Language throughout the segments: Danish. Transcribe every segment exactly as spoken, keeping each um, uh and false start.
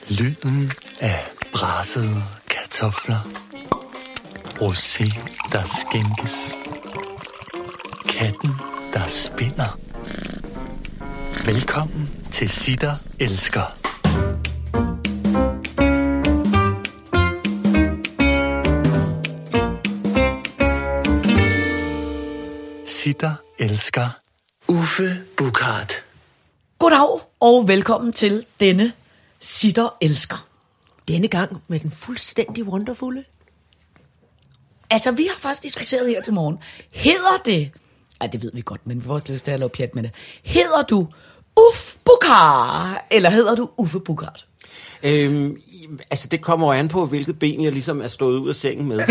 Lyden af brassede kartofler. Rosé, der skænkes. Katten, der spinder. Velkommen til Sitter Elsker. Sitter Elsker. Uffe Buchard. Goddag og velkommen til denne Sitter Elsker. Denne gang med den fuldstændig wonderfulde. Altså, vi har faktisk diskuteret her til morgen. Hedder det... Ej, det ved vi godt, men vi får også lyst til at lave pjat med det. Hedder du Uffe Buchard, eller hedder du Uffe Buchard? Øhm, altså, det kommer jo an på, hvilket ben jeg ligesom er stået ud af sengen med.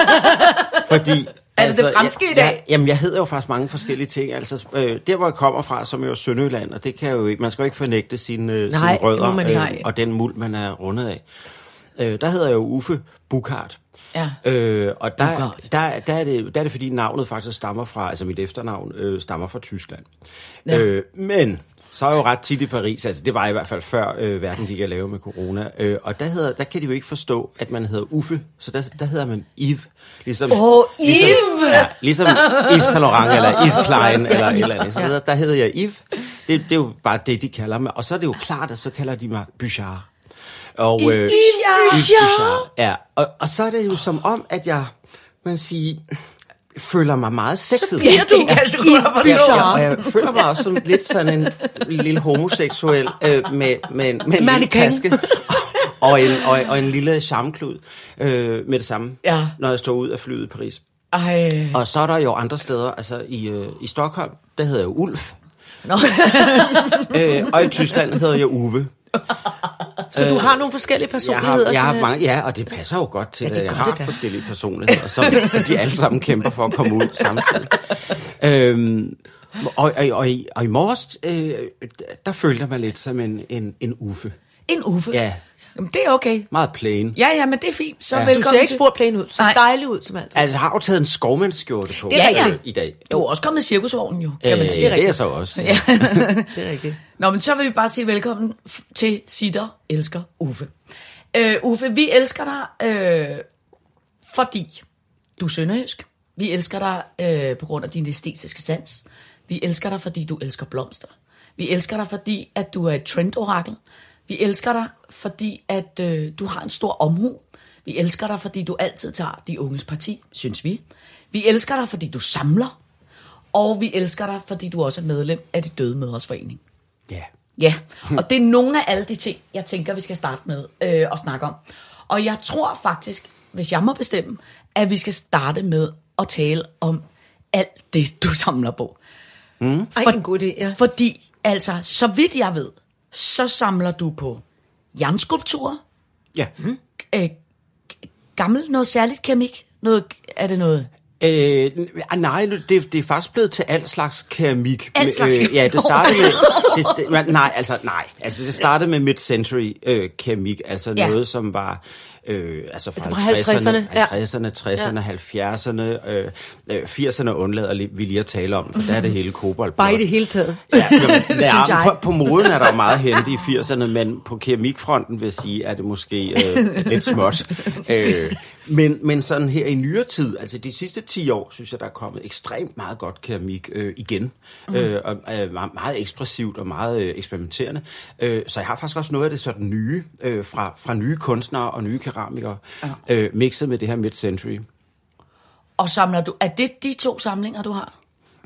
Fordi... Er det altså, det franske jeg, i dag? Jeg, jamen, jeg hedder jo faktisk mange forskellige ting. Altså, øh, der, hvor jeg kommer fra, som er jo Sønderjylland, og det kan jo ikke, man skal jo ikke fornægte sine, øh, Nej, sine rødder man øh, og den muld, man er rundet af. Øh, der hedder jeg jo Uffe Buchard. Ja. Øh, og der, Buchard. der, der, er det, der er det, fordi navnet faktisk stammer fra, altså mit efternavn øh, stammer fra Tyskland. Ja. Øh, men... Så er jeg jo ret tit i Paris, altså det var i hvert fald før øh, verden gik at lave med corona, øh, og der, hedder, der kan de jo ikke forstå, at man hedder Uffe, så der, der hedder man Yves. Ligesom, Åh, ligesom, Yves! Ja, ligesom Yves Saint Laurent eller Yves Klein eller et eller andet. Så der, der hedder jeg Yves. Det, det er jo bare det, de kalder mig. Og så er det jo klart, at så kalder de mig Buchard. Og, øh, Yves Yves Buchard! Ja, og, og så er det jo som om, at jeg, man siger... føler mig meget sexet. Så bliver du altså jeg, jeg, og jeg føler mig også som lidt sådan en lille homoseksuel øh, med, med en, med en lille taske og en, og, og en lille charmeklud øh, med det samme, ja. Når jeg står ud af flyet i Paris. Ej. Og så er der jo andre steder, altså i, øh, i Stockholm, der hedder jeg Ulf. No. øh, og i Tyskland hedder jeg Uwe. Så du har nogle forskellige personligheder? Jeg har, jeg har sådan, mange, ja, og det passer jo godt til, ja, at jeg gør har det forskellige personligheder, som de alle sammen kæmper for at komme ud samtidig. øhm, og, og, og, i, og i morges, øh, der følte jeg mig lidt som en, en, en Uffe. En Uffe? Ja. Jamen, det er okay. Meget plain. Ja, ja, men det er fint. Så Ja. velkommen Du ser ikke til... spurgt pæn ud. Så Nej. dejlig ud som altid. Altså, jeg har jo taget en skovmandsskjorte på Det er øh, rigtigt. i dag. Du er også kommet i cirkusvognen jo, kan Øh, man sige. det er, det er så også. Ja. Det er rigtigt. Nå, men så vil vi bare sige velkommen f- til Sitter Elsker Uffe. Øh, Uffe, vi elsker dig, øh, fordi du er sønderjysk. Vi elsker dig øh, på grund af din æstetiske sans. Vi elsker dig, fordi du elsker blomster. Vi elsker dig, fordi at du er et trendorakel. Vi elsker dig, fordi at øh, du har en stor omhu. Vi elsker dig, fordi du altid tager de unges parti, synes vi. Vi elsker dig, fordi du samler. Og vi elsker dig, fordi du også er medlem af De Døde Mødres Forening. Ja. Ja, og det er nogle af alle de ting, jeg tænker, vi skal starte med øh, at snakke om. Og jeg tror faktisk, hvis jeg må bestemme, at vi skal starte med at tale om alt det, du samler på. Mm. For, Ej, en god idé, ja. Fordi, altså, så vidt jeg ved, så samler du på jernskulpturer, Ja. mm. øh, gammel, noget særligt keramik, noget, er det noget... Øh, nej, det, det er faktisk blevet til al slags keramik. Al slags øh, Ja, det startede med... Det, det, nej, altså nej. Altså, det startede med mid-century øh, keramik, altså ja. noget, som var... Øh, altså fra, altså fra halvtredserne, halvtredserne, tresserne, ja. halvfjerdserne, øh, øh, firserne undlader vi lige at tale om, for der er det hele kobolt. Bare i det hele taget. Ja, jamen, ja, på, på moden er der jo meget hente i firserne, men på keramikfronten vil jeg sige, er det måske øh, lidt småt. Øh, men, men sådan her i nyere tid, altså de sidste ti år, synes jeg, der er kommet ekstremt meget godt keramik øh, igen. Mm. Øh, og, øh, meget ekspressivt og meget øh, eksperimenterende. Øh, så jeg har faktisk også noget af det sådan nye, øh, fra, fra nye kunstnere og nye keramikere, ja. øh, mixet med det her mid-century. Og samler du... Er det de to samlinger, du har?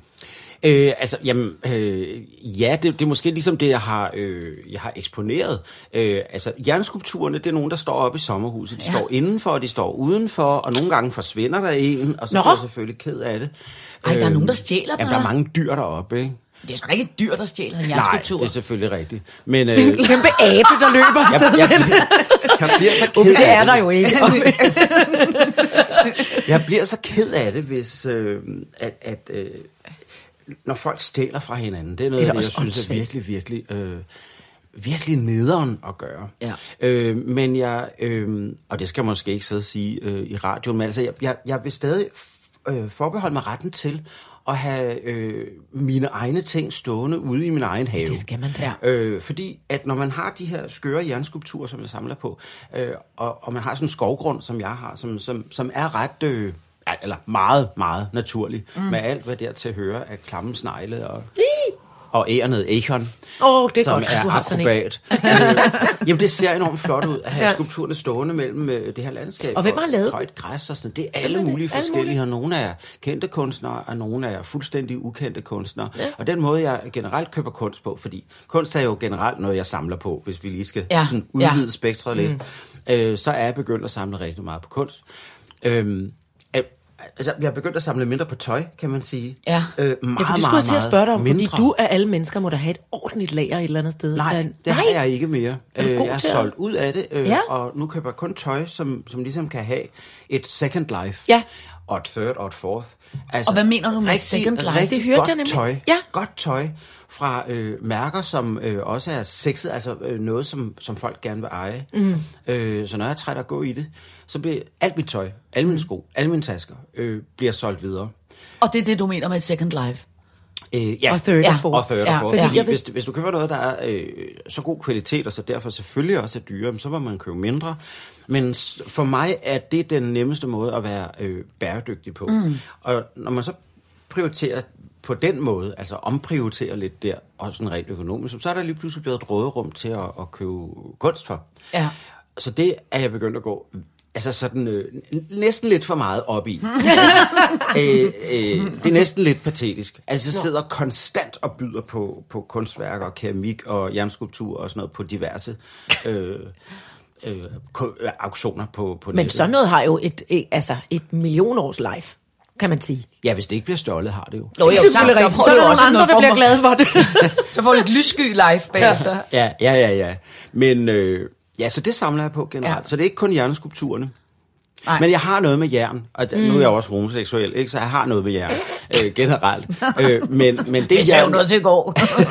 Øh, altså, jamen, øh, ja, det, det er måske ligesom det, jeg har, øh, jeg har eksponeret. Øh, altså, jernskulpturerne, det er nogen, der står oppe i sommerhuset. De ja. står indenfor, og de står udenfor, og nogle gange forsvinder der en, og så er jeg selvfølgelig ked af det. Ej, der er øh, nogen, der stjæler dem. Jamen, der er mange dyr deroppe, ikke? Det er sgu da ikke et dyr, der stjæler en Nej, jernskulptur. det er selvfølgelig rigtigt. Men, øh, En kæmpe abe, der løber afsted jeg, jeg, med det. jeg bliver så ked Uffe, det af er der jo ikke. Jeg bliver så ked af det, hvis øh, at, at øh, når folk stjæler fra hinanden. Det er noget, det er det, jeg synes er virkelig, virkelig, øh, virkelig nederen at gøre. Ja. Øh, men jeg, øh, og det skal jeg måske ikke sidde og sige øh, i radioen, men altså, jeg, jeg, jeg vil stadig øh, forbeholde mig retten til at have øh, mine egne ting stående ude i min egen have. Det skal man da. Øh, fordi at når man har de her skøre jernskulpturer, som jeg samler på, øh, og, og man har sådan en skovgrund, som jeg har, som, som, som er ret... Øh, eller meget, meget naturlig, mm. med alt, hvad der til høre af klamme snegle og... og ærenet Echon, oh, det er som godt, er du har akrobat. øh, jamen, det ser enormt flot ud at have ja. skulpturerne stående mellem øh, det her landskab. Og hvem har lavet højt græs og sådan. Det er alle mulige alle forskellige. Alle nogle er kendte kunstnere, og nogle er fuldstændig ukendte kunstnere. Ja. Og den måde, jeg generelt køber kunst på, fordi kunst er jo generelt noget, jeg samler på, hvis vi lige skal ja. sådan udvide ja. spektret lidt, mm. øh, så er jeg begyndt at samle rigtig meget på kunst. Øhm, Altså, jeg er begyndt at samle mindre på tøj, kan man sige. Ja. Øh, meget, ja, for det skulle jeg til at spørge dig om, mindre. fordi du af alle mennesker må da have et ordentligt lager et eller andet sted. Nej, Men, det nej. har jeg ikke mere. Er jeg er solgt ud af det, øh, ja. og nu køber jeg kun tøj, som, som ligesom kan have et second life. Ja. Og et third og et fourth. Altså, og hvad mener du med rigtig, second life? Det hørte godt jeg nemlig. Tøj, ja. Godt tøj fra øh, mærker, som øh, også er sexet, altså øh, noget, som, som folk gerne vil eje. Mm. Øh, så når jeg er træt af at gå i det, så bliver alt mit tøj, alle mine sko, alle mine tasker, øh, bliver solgt videre. Og det er det, du mener med et second life? Øh, ja. Og third ja. og fourth. Og third ja. og fourth. Ja. Fordi Ja. hvis, hvis du køber noget, der er øh, så god kvalitet, og så derfor selvfølgelig også er dyre, så må man købe mindre. Men for mig er det den nemmeste måde at være øh, bæredygtig på. Mm. Og når man så prioriterer på den måde, altså omprioriterer lidt der, og sådan rent økonomisk, så er der lige pludselig blevet et råderum til at, at købe kunst for. Ja. Så det er jeg begyndt at gå... Altså sådan øh, næsten lidt for meget op i. øh, øh, det er næsten lidt patetisk. Altså jeg sidder konstant og byder på, på kunstværker, keramik og jernskulptur og sådan noget på diverse øh, øh, auktioner på, på Men nettet. sådan noget har jo et, et, altså et millionårs life, kan man sige. Ja, hvis det ikke bliver stjålet, har det jo. Nå, jo, Det er så, selvfølgelig så, rigtigt. får Så er du der også nogle andre, noget der bliver form glade for det. Så får du lidt lyssky live bagefter. Ja, ja, ja, ja. Men øh, ja, så det samler jeg på generelt. Ja. Så det er ikke kun jernskulpturerne. Nej. Men jeg har noget med jern, og mm. nu er jeg også homoseksuel, ikke? Så jeg har noget med jern øh, generelt. øh, men, men det, Det sagde jern, hun også i går.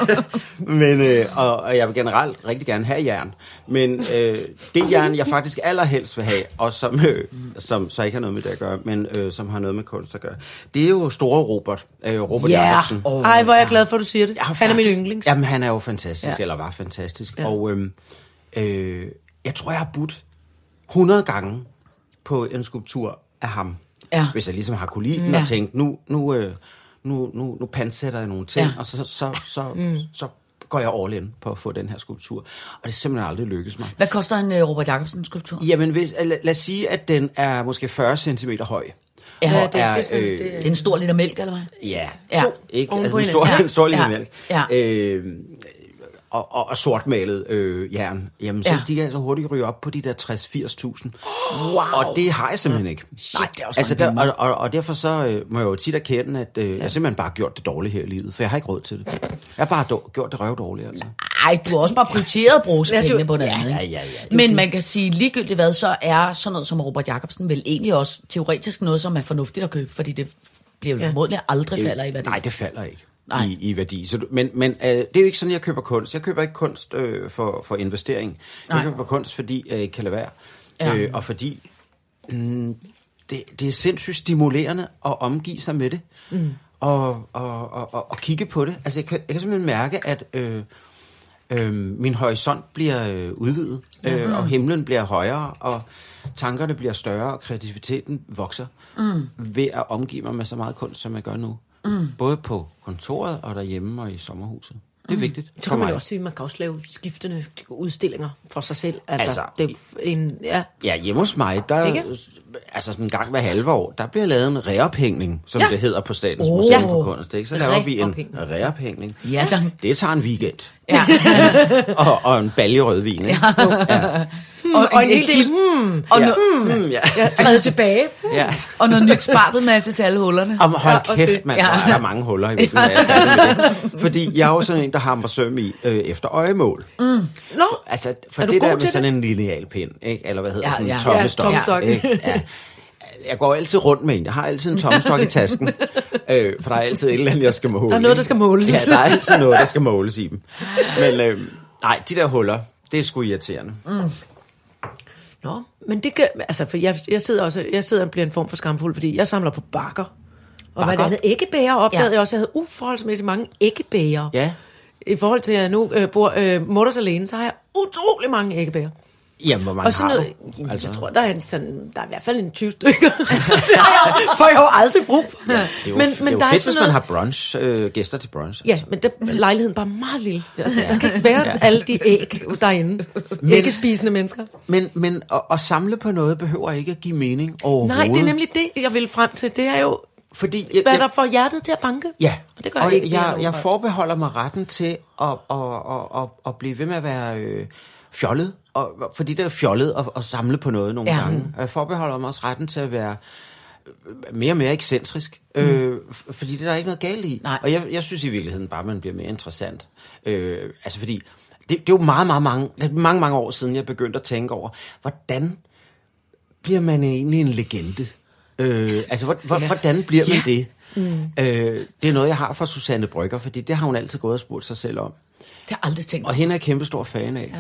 men, øh, og, og jeg vil generelt rigtig gerne have jern. Men øh, det jern, jeg faktisk allerhelst vil have, og som, øh, som så ikke har noget med det at gøre, men øh, som har noget med kunst at gøre, det er jo store Robert, øh, Robert Ja. Jacobsen. Oh, Ej, hvor er jeg glad for, at du siger det. Ja, Han er min yndlings. Jamen, han er jo fantastisk, Ja. eller var fantastisk. Ja. Og øh, øh, jeg tror, jeg har budt hundrede gange på en skulptur af ham. Ja. Hvis jeg ligesom har kunne lide den Ja. og tænkt, nu, nu, øh, nu, nu, nu pansætter jeg nogle ting, Ja. og så, så, så, mm. så går jeg all in på at få den her skulptur. Og det er simpelthen aldrig lykkes mig. Hvad koster en uh, Robert Jacobsen skulptur? Jamen, hvis, lad, lad os sige, at den er måske fyrre centimeter høj. Ja, Og det- er, det er sådan- øh, det- Det er en stor liter mælk, eller hvad? Ja, Ja. ikke? Oven Altså på en stor, hinanden. en stor lille Ja. mælk. Ja. Øh, og, og, og sortmalet øh, jern. Jamen, så Ja. de kan altså hurtigt ryge op på de der tres til firs tusind. Wow. Og det har jeg simpelthen ikke. Nej, det er også altså, mange der, penge. og, og, og derfor så øh, må jeg jo tit erkende, at øh, ja. jeg simpelthen bare har gjort det dårligt her i livet. For jeg har ikke råd til det. Jeg har bare do- gjort det røv dårligt, altså. Ej, du har også bare prioriteret at bruge Ja, du- pengene på noget ja, andet. ja, ikke? ja, ja. Det er Men man kan sige, ligegyldigt hvad, så er sådan noget som Robert Jacobsen vel egentlig også teoretisk noget, som er fornuftigt at købe, fordi det bliver jo Ja. formodentlig aldrig falder i værdi. Nej, det falder ikke Nej. i, i værdi. Så, du- men men øh, det er jo ikke sådan, jeg køber kunst. Jeg køber ikke kunst øh, for, for investering. Nej. Jeg køber kunst, fordi jeg ikke kan lade være. Ja. Øh, og fordi mm, det, det er sindssygt stimulerende at omgive sig med det. Mm. Og, og, og, og, og kigge på det. Altså, jeg kan, jeg kan simpelthen mærke, at øh, øh, min horisont bliver øh, udvidet. Øh, og himlen bliver højere, og tankerne bliver større, og kreativiteten vokser. Mm. Ved at omgive mig med så meget kunst, som jeg gør nu. Mm. Både på kontoret og derhjemme og i sommerhuset. Det er mm. vigtigt Så for kan man mig. jo også sige, at man kan også lave skiftende udstillinger for sig selv. Altså, Altså, det er en, ja. Ja, hjemme hos mig, der, Ikke? altså sådan en gang hver halve år, der bliver lavet en reophængning, som Ja. det hedder på Statens Oh. Museum for Kunst. Ikke? Så laver vi en Reophængning. reophængning. Ja, tak. Det tager en weekend. Ja. og, og en balje rødvin. Ikke? Ja. og, Og en hel del, hmm, og, ja, no- Mm, ja. ja, træde tilbage. ja. og noget nyt spartelmasse til alle hullerne. Om, hold Ja, ja, også kæft, det. mand, Ja. der er mange huller i virkeligheden. når jeg er færdig med det. Fordi jeg er jo sådan en, der hamrer søm i øh, efter øjemål. Mm. Nå, Altså, for Er du det god der med til sådan en linealpind, ikke? Eller hvad hedder Ja, sådan en ja. tommestok. Ja, tommestok. Ikke? Ja. Jeg går altid rundt med en. Jeg har altid en tommestok i tasken. Øh, for der er altid et eller andet, jeg skal måle. Der er noget, ikke? der skal måles. Ja, der er altid noget, der skal måles i dem. Men øh, nej, de der huller, det er sgu irriterende. Mm. Nå, men det kan, altså, for jeg, jeg sidder også, jeg sidder og bliver en form for skamfuld, fordi jeg samler på bakker. Og hvad det andet, æggebæger opdagede Ja. jeg også. Jeg havde uforholdsmæssigt mange æggebæger. Ja. I forhold til, at jeg nu øh, bor øh, mutters alene, så har jeg utrolig mange æggebæger. Jamen, hvor mange Og sådan har noget, du? jamen, Altså. jeg tror, der er, en sådan, der er i hvert fald en tyve stykker. Det har jeg, får jeg jo aldrig brug for. Ja, det er jo, men, men det er jo der fedt, er sådan hvis man noget, har brunch, øh, gæster til brunch. Ja, men der, lejligheden er bare meget lille. Altså, ja. Der kan ikke være ja. alle de æg derinde. Men, æggespisende mennesker. Men, men at, at samle på noget behøver ikke at give mening overhovedet. Nej, det er nemlig det, jeg vil frem til. Det er jo, fordi jeg, hvad jeg, der får hjertet til at banke. Ja, og det gør og jeg ikke. Jeg, jeg forbeholder mig retten til at, at, at, at, at blive ved med at være øh, fjollet. Og, fordi det er fjollet at, at samle på noget nogle ja. gange. Og jeg forbeholder mig også retten til at være mere og mere ekscentrisk. Mm. Øh, fordi det er der ikke noget galt i. Nej. Og jeg, jeg synes i virkeligheden bare, at man bliver mere interessant. Øh, altså fordi, det, det er jo meget, meget mange, mange, mange år siden, jeg begyndte at tænke over, hvordan bliver man egentlig en legende? Øh, altså, hvor, ja. hvordan bliver man ja. det? Mm. Øh, det er noget, jeg har fra Susanne Brøgger, fordi det har hun altid gået og spurgt sig selv om. Det har jeg aldrig tænkt. Og hende er jeg kæmpe stor fan af.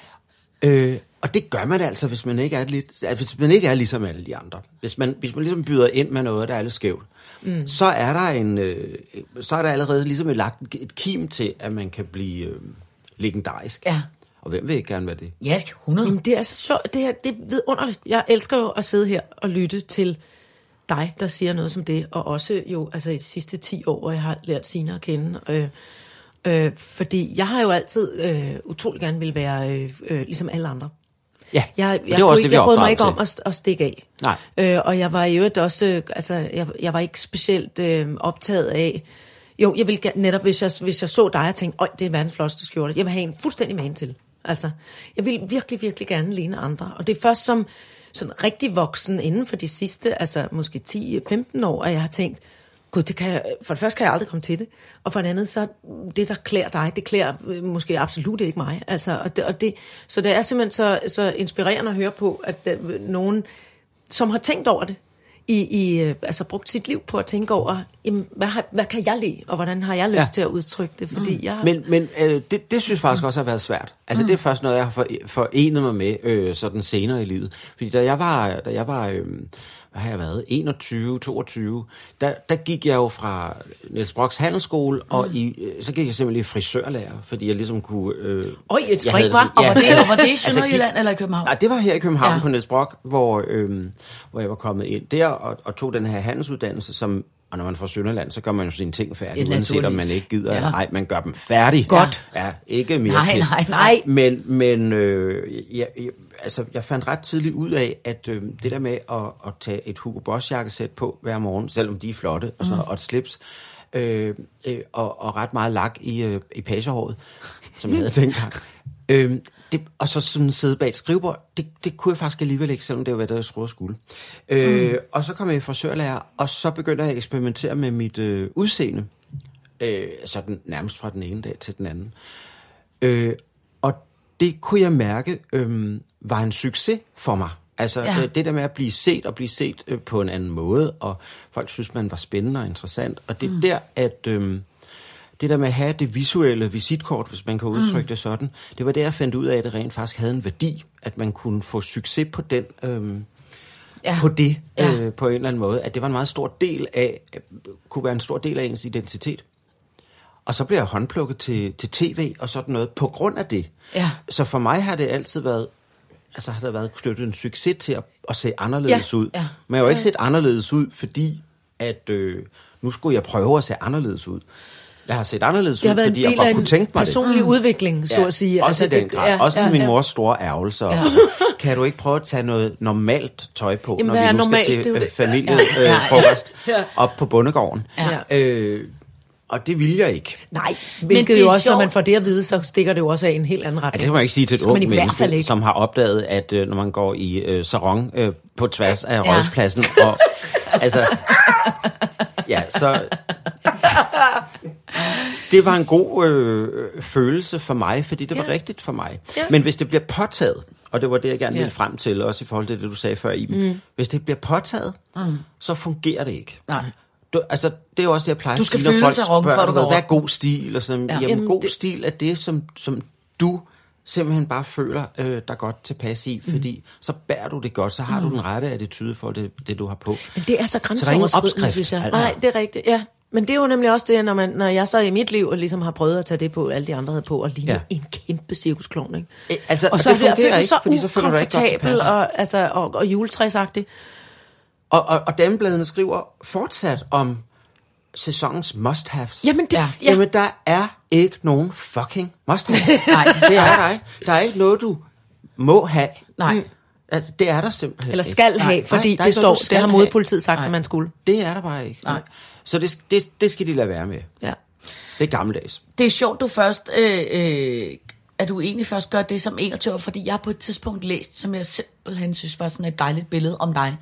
Ja. Øh, og det gør man altså, hvis man ikke er lidt, altså, hvis man ikke er ligesom alle de andre. Hvis man, hvis man ligesom byder ind med noget, der er lidt skævt, mm. så er der en, øh, så er der allerede ligesom et, lagt et kim til, at man kan blive øh, legendarisk. Ja. Og hvem vil ikke gerne være det? Ja, hundrede. Jamen, det er så sjovt. Det, her, det er vidunderligt. Jeg elsker jo at sidde her og lytte til dig, der siger noget som det. Og også jo, altså i de sidste ti år, hvor jeg har lært Signe at kende. Øh, øh, fordi jeg har jo altid øh, utrolig gerne vil være øh, øh, ligesom alle andre. Ja, jeg, jeg, det var også ikke, det, vi jeg brød mig ikke til. om at, at stikke af. Nej. Øh, og jeg var i øvrigt også, øh, altså jeg, jeg var ikke specielt øh, optaget af, jo, jeg ville netop, hvis jeg, hvis jeg så dig og tænkte, øj, det er verdens flotteste skjorte, jeg vil have en fuldstændig man til. Altså, jeg vil virkelig, virkelig gerne ligne andre. Og det er først som sådan rigtig voksen inden for de sidste, altså måske ti til femten år, at jeg har tænkt, gud, det kan jeg, for det første kan jeg aldrig komme til det, og for det andet, så det, der klæder dig, det klæder måske absolut ikke mig. Altså, og det, og det, så det er simpelthen så, så inspirerende at høre på, at øh, nogen, som har tænkt over det, i, i altså brugt sit liv på at tænke over, jamen, hvad, har, hvad kan jeg lide, og hvordan har jeg lyst ja. til at udtrykke det, fordi mm. jeg har... Men, men øh, det, det synes faktisk også har været svært. Altså mm. det er først noget, jeg har for, forenet mig med øh, sådan senere i livet. Fordi da jeg var, da jeg var øh, hvad har jeg været, enogtyve, toogtyve, der, der gik jeg jo fra Niels Broks Handelsskole, mm. og i, så gik jeg simpelthen i frisørlærer, fordi jeg ligesom kunne... Øh, Øj, et spring, var? Og var det, og var det i Sønderjylland altså, eller i København? Nej, det var her i København ja. på Niels Brock, hvor, øh, hvor jeg var kommet ind der og, og tog den her handelsuddannelse, som... Og når man får Sønderland, så gør man jo sine ting færdige, ja, uanset om man ikke gider ja. eller ej. Man gør dem færdige. Godt. Ja, ikke mere nej, pis. nej, nej. Men, men øh, jeg, jeg, altså, jeg fandt ret tidligt ud af, at øh, det der med at, at tage et Hugo Boss jakkesæt på hver morgen, selvom de er flotte, og, så, mm. og et slips, øh, øh, og, og ret meget lak i, øh, i pagehåret, som jeg havde tænkt her. Øh, det, og så sådan sidde bag et skrivebord, det, det kunne jeg faktisk alligevel ikke, selvom det var, hvad jeg troede, jeg skulle. Øh, mm. Og så kom jeg i frisørlærer, og så begyndte jeg at eksperimentere med mit øh, udseende. Øh, sådan nærmest fra den ene dag til den anden. Øh, og det kunne jeg mærke øh, var en succes for mig. Altså ja. øh, det der med at blive set og blive set øh, på en anden måde, og folk synes, man var spændende og interessant. Og det er mm. der, at... Øh, det der med at have det visuelle visitkort, hvis man kan udtrykke mm. det sådan, det var der, jeg fandt ud af, at det rent faktisk havde en værdi, at man kunne få succes på den, øhm, ja. på det, ja. øh, på en eller anden måde. At det var en meget stor del af, kunne være en stor del af ens identitet. Og så blev jeg håndplukket til, til tv og sådan noget, på grund af det. Ja. Så for mig har det altid været, altså har der været knyttet en succes til at, at se anderledes ja. ud. Ja. Men jeg har jo ikke set anderledes ud, fordi at øh, nu skulle jeg prøve at se anderledes ud. Jeg har set anderledes ud, fordi jeg godt kunne tænke mig det. Personlig mm. udvikling, så ja, at sige. Også altså, i den grad. Ja, også ja, til min ja. mors store ærgelser. Ja. Kan du ikke prøve at tage noget normalt tøj på, jamen, når vi nu normalt? skal til familiefrokost ja. øh, ja, ja. op på bondegården? Ja. Øh, og det vil jeg ikke. Nej, hvilket jo også, sjovt. Når man får det at vide, så stikker det jo også af en helt anden retning. Ja, det kan man ikke sige til et ungt menneske, som har opdaget, at øh, når man går i øh, sarong øh, på tværs af ja. Rådhuspladsen, og altså... Ja, så... Det var en god øh, følelse for mig, fordi det var ja. rigtigt for mig. Ja. Men hvis det bliver påtaget, og det var det, jeg gerne ville ja. frem til, også i forhold til det, du sagde før, Iben. Mm. Hvis det bliver påtaget, mm. så fungerer det ikke. Nej. Du, altså, det er jo også det, jeg plejer at sige, når folk spørger, hvad er god stil? Og sådan, ja. Jamen, Jamen, god det... stil er det, som, som du simpelthen bare føler øh, dig godt tilpas i, fordi mm. så bærer du det godt, så har mm. du den rette attitude for det, det du har på. Men det er så grænseoverskridende, synes jeg. Altså. Nej, det er rigtigt, ja. Men det er jo nemlig også det, når, man, når jeg så i mit liv ligesom har prøvet at tage det på, alle de andre havde på, og ligne ja. en kæmpe cirkusklovn, ikke? Æ, altså, og så det jeg føler ikke, så fordi så føler du ikke godt tilpas. og, altså, og, og juletræsagtigt. Og, og, og damebladene skriver fortsat om sæsonens must-haves. Jamen, det, ja. ja. Jamen, der er ikke nogen fucking must-haves. Nej, det er der ikke. Der er ikke noget, du må have. Nej. Mm. Altså, det er der simpelthen Eller skal ikke. have, Nej, fordi nej, det står, noget, det har modpolitiet sagt, Nej. at man skulle. Det er der bare ikke. Nej. Så det, det, det skal de lade være med. Ja. Det er gammeldags. Det er sjovt, du først, øh, øh, at du egentlig først gør det som enogtyve, fordi jeg har på et tidspunkt læst, som jeg simpelthen synes var sådan et dejligt billede om dig,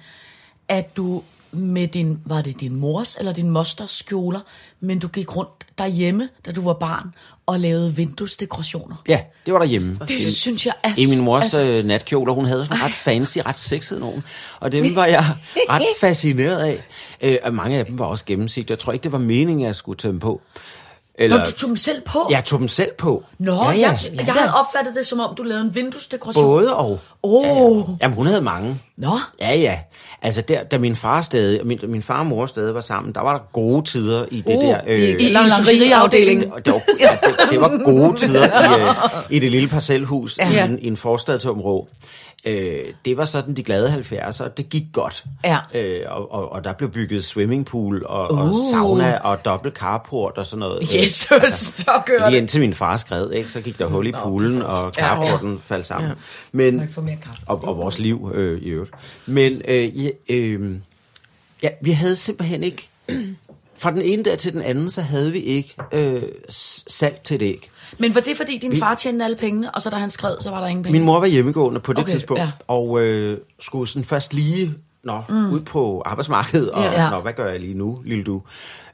at du med din, var det din mors eller din mosters kjoler, men du gik rundt derhjemme, da du var barn, og lavede vinduesdekorationer. Ja, det var derhjemme. Det I, synes jeg er... I min mors altså, øh, natkjoler, hun havde sådan ret fancy, ret sexede nogen. Og dem var jeg ret fascineret af. Øh, og mange af dem var også gennemsigtige. Jeg tror ikke, det var meningen, at jeg skulle tage dem på. Eller, Nå, du tog dem selv på? Jeg tog dem selv på. Nå, ja, ja. jeg, jeg ja. havde opfattet det, som om du lavede en vinduesdekoration. Både og. Oh. Ja, ja. Jamen, hun havde mange. Nå. Ja, ja. Altså, der, da min far stadig, min, min far og mor stadig var sammen, der var der gode tider i det oh, der... Øh, I, i lingerieafdelingen. Det, det, var, ja, det, det var gode tider i, øh, i det lille parcelhus ja. i, en, i en forstad til Områ. Øh, det var sådan de glade halvfjerdser, det gik godt. Ja. Øh, og, og, og der blev bygget swimmingpool og, uh. og sauna og dobbelt carport og sådan noget. Jesus, altså, så gør det. Lige indtil min far skred, ikke? Så gik der hul i poolen, Nå, og carporten ja. faldt sammen. Ja. Men, og, og vores liv øh, i øvrigt. Men øh, ja, øh, ja, vi havde simpelthen ikke... Fra den ene der til den anden, så havde vi ikke øh, salt til et æg. Men var det fordi din far tjente alle pengene, og så da han skred, så var der ingen penge? Min mor var hjemmegående på det okay, tidspunkt, ja. og øh, skulle sådan først lige nå, mm. ud på arbejdsmarkedet, og ja. nå, hvad gør jeg lige nu, lille du?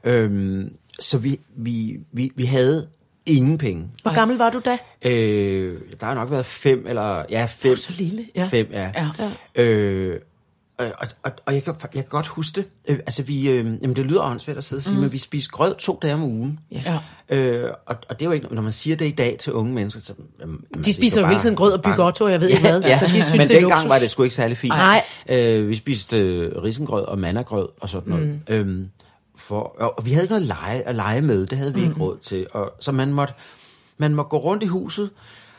Øhm, så vi, vi, vi, vi havde ingen penge. Hvor gammel var du da? Øh, der har nok været fem, eller ja, fem. Oh, så lille, ja. Fem, ja. ja. Øh, Og, og, og jeg, kan, jeg kan godt huske det. Øh, altså, vi, øh, jamen, det lyder åndssvært at sidde og sige, mm. men vi spiste grød to dage om ugen. Ja. Øh, og, og det er jo ikke, når man siger det i dag til unge mennesker, så... Jamen, de spiser jo hele tiden grød og bygotto, jeg ved ikke ja, hvad. Ja, altså, de synes, men det er dengang luksus. var det sgu ikke særlig fint. Nej. Øh, vi spiste øh, risengrød og mannagrød og sådan noget. Mm. Øhm, for, og, og vi havde ikke noget lege, at lege med, det havde vi mm. ikke råd til. Og, så man måtte, man måtte gå rundt i huset,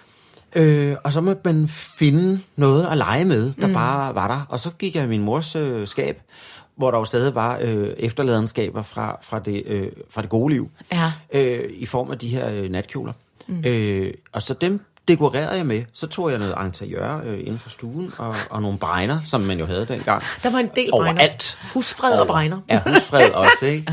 Øh, og så måtte man finde noget at lege med, der mm. bare var der. Og så gik jeg i min mors øh, skab, hvor der jo stadig var øh, efterladenskaber fra, fra, det, øh, fra det gode liv, ja. øh, i form af de her øh, natkjoler. Mm. Øh, og så dem dekorerede jeg med. Så tog jeg noget interiør øh, inden for stuen, og, og nogle bregner, som man jo havde dengang. Der var en del bregner. Overalt. Husfred og bregner. Ja, husfred også, ikke?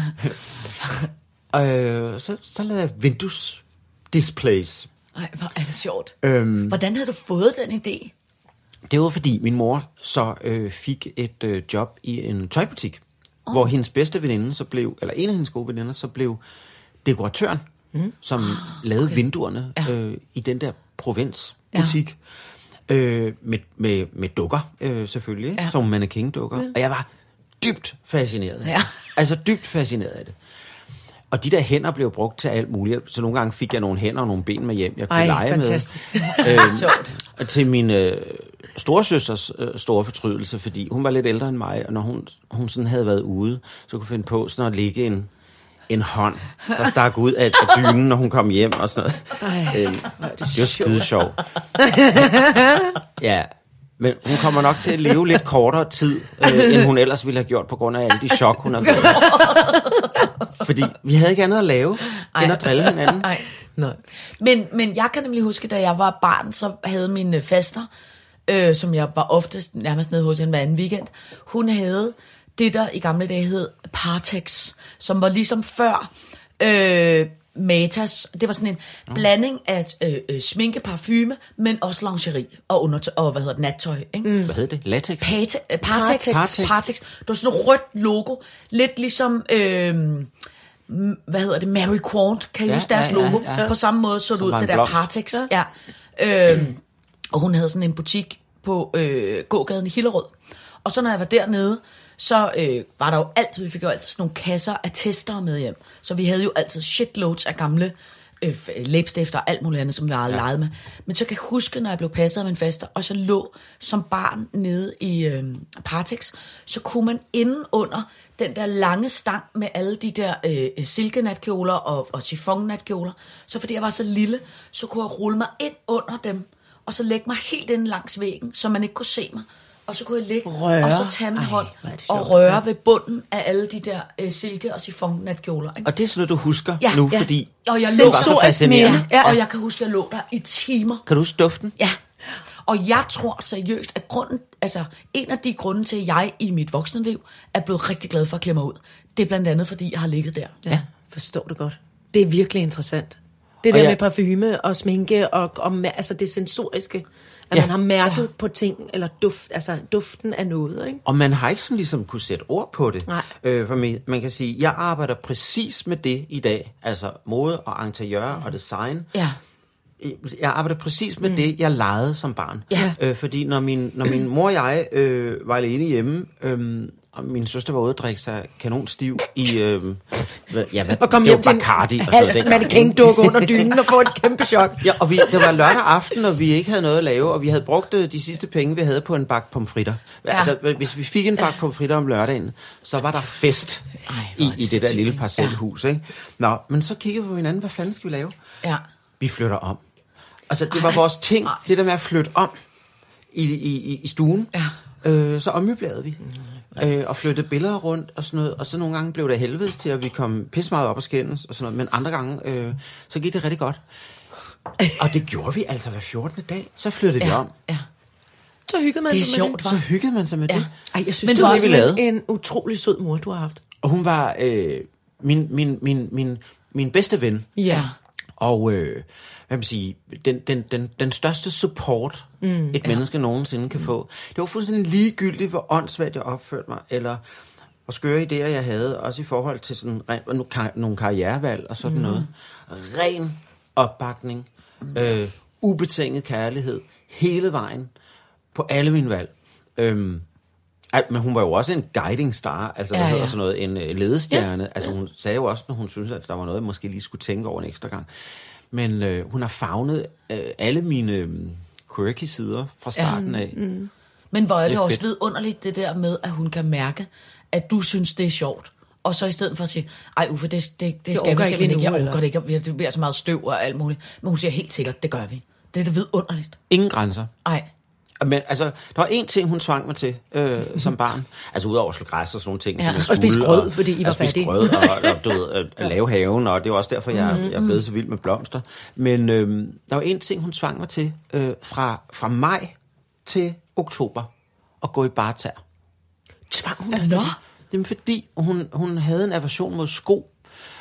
øh, så, så lavede jeg vinduesdisplays. Ej, hvor er det sjovt. Øhm, Hvordan havde du fået den idé? Det var fordi min mor så øh, fik et øh, job i en tøjbutik, oh. hvor hendes bedste veninde så blev, eller en af hendes gode veninder, så blev dekoratøren, mm. som oh, lavede okay. vinduerne ja. øh, i den der provinsbutik. Ja. Øh, med, med, med dukker, øh, selvfølgelig, ja. som mannequin-dukker. Ja. Og jeg var dybt fascineret af ja. Altså dybt fascineret af det. Og de der hænder blev brugt til alt muligt. Så nogle gange fik jeg nogle hænder og nogle ben med hjem, jeg kunne Ej, lege fantastisk. med. Øhm, og til min øh, storesøsters øh, store fortrydelse, fordi hun var lidt ældre end mig, og når hun, hun sådan havde været ude, så kunne finde på sådan at ligge en, en hånd, der stak ud af, af dynen, når hun kom hjem og sådan noget. Ej, øhm, det, det var skide sjovt. Ja. Men hun kommer nok til at leve lidt kortere tid, øh, end hun ellers ville have gjort, på grund af alle de chok, hun har fået. Fordi vi havde ikke andet at lave, Ej. end at drille hinanden. Ej. Nej. Men, men jeg kan nemlig huske, da jeg var barn, så havde mine faster, øh, som jeg var oftest nærmest nede hos hende hver anden weekend, hun havde det, der i gamle dage hed Partex, som var ligesom før... Øh, Matas, det var sådan en oh. blanding af øh, øh, sminke, parfume, men også lingerie og, undertøj, og hvad hedder det, nattøj. Ikke? Mm. Hvad hedder det? Latex? Pate, øh, Partex. Partex. Partex. Det var sådan et rødt logo, lidt ligesom, øh, hvad hedder det, Mary Quant, kan I ja, huske deres ja, logo? Ja, ja. På samme måde så det ud, det der blomst. Partex. Ja. Ja. Øh, og hun havde sådan en butik på øh, gågaden i Hillerød. Og så når jeg var dernede, så øh, var der jo altid, vi fik jo altid sådan nogle kasser af tester med hjem. Så vi havde jo altid shitloads af gamle øh, læbestift og alt muligt andet, som jeg havde ja. leget med. Men så kan jeg huske, når jeg blev passet af min faster, og så lå som barn nede i øh, Partex, så kunne man inden under den der lange stang med alle de der øh, silkenatkjoler og, og chiffon-natkjoler, så fordi jeg var så lille, så kunne jeg rulle mig ind under dem, og så lægge mig helt ind langs væggen, så man ikke kunne se mig. Og så kunne jeg ligge, røre. og så tage min hånd og røre ja. ved bunden af alle de der øh, silke- og chiffon-natkjoler. Ikke? Og det er sådan noget, du husker ja, nu, ja. fordi og jeg det var så fascinerende. Ja, ja. Og jeg kan huske, at jeg lå der i timer. Kan du huske duften? Ja. Og jeg tror seriøst, at grunden, altså en af de grunde til, at jeg i mit voksne liv er blevet rigtig glad for at klemme mig ud, det er blandt andet, fordi jeg har ligget der. Ja, forstår det godt. Det er virkelig interessant. Det der ja. med parfume og sminke og, og altså det sensoriske, at ja. man har mærket ja. på ting, eller duft, altså duften af noget, ikke? Og man har ikke sådan ligesom kunne sætte ord på det. Nej. Øh, for mig, man kan sige, jeg arbejder præcis med det i dag, altså mode og interiør mm. og design. Ja. Jeg arbejder præcis med mm. det, jeg legede som barn. Ja. Øh, fordi når min, når min mor og jeg øh, var alene hjemme, øh, og min søster var ude at drikke sig kanonstiv i... Øh, ja, hvad, og kom det hjem til Bacardi, en halv mannequin-dukke under dynen og få et kæmpe chok. Ja, og vi, det var lørdag aften, og vi ikke havde noget at lave, og vi havde brugt de sidste penge, vi havde på en bakke pomfritter. Ja. Altså, hvis vi fik en bakke pomfritter om lørdagen, så var der fest Ej, i, i det der lille parcelhus. Ja. Ikke? Nå, men så kiggede vi på hinanden, hvad fanden skal vi lave? Ja. Vi flytter om. Altså, det var vores ting, Ej. det der med at flytte om i, i, i stuen. Ja. Øh, så ommøblerede vi. Mm. Øh, og flyttede billeder rundt og sådan noget. Og så nogle gange blev det helvedes til, at vi kom pisse meget op og skændes og sådan noget. Men andre gange, øh, så gik det rigtig godt. Og det gjorde vi altså hver fjortende dag. Så flyttede ja. vi om. Ja. Så hyggede man det er sig sjovt, med det. Så hyggede man sig med ja. det. Ej, jeg synes, Men det var også en, en utrolig sød mor, du har haft. Og hun var øh, min, min, min, min, min bedste ven. Ja. Og... Øh, hvad man sige, den, den, den, den største support, mm, et ja. menneske nogensinde kan mm. få. Det var fuldstændig ligegyldigt, hvor åndssvagt jeg opførte mig, eller hvor skøre idéer jeg havde, også i forhold til sådan, nogle karrierevalg og sådan mm. noget. Ren opbakning, mm. øh, ubetinget kærlighed, hele vejen, på alle mine valg. Øhm, men hun var jo også en guiding star, altså ja, ja. sådan noget, en ledestjerne. Ja. Altså hun sagde jo også, når hun syntes, at der var noget, jeg måske lige skulle tænke over en ekstra gang. Men øh, hun har favnet øh, alle mine øh, quirky sider fra starten af. Ja, mm. Men hvor er det, det er også vidunderligt, det der med, at hun kan mærke, at du synes, det er sjovt. Og så i stedet for at sige, ej Uffe, det, det, det, det skal vi simpelthen ikke. Jeg orker det ikke. Det bliver så meget støv og alt muligt. Men hun siger helt sikkert, det gør vi. Det er da vidunderligt. Ingen grænser. Ej. Men altså, der var én ting, hun tvang mig til øh, som barn. Altså udover at slå græs og sådan nogle ting. Ja. Som og spise grød, fordi I var fattige. spise grød og, og, du ved, at lave haven, og det var også derfor, jeg, mm-hmm. jeg er blevet så vild med blomster. Men øh, der var én ting, hun tvang mig til øh, fra, fra maj til oktober at gå i bartær. Tvang hun dig til det? Jamen fordi hun, hun havde en aversion mod sko.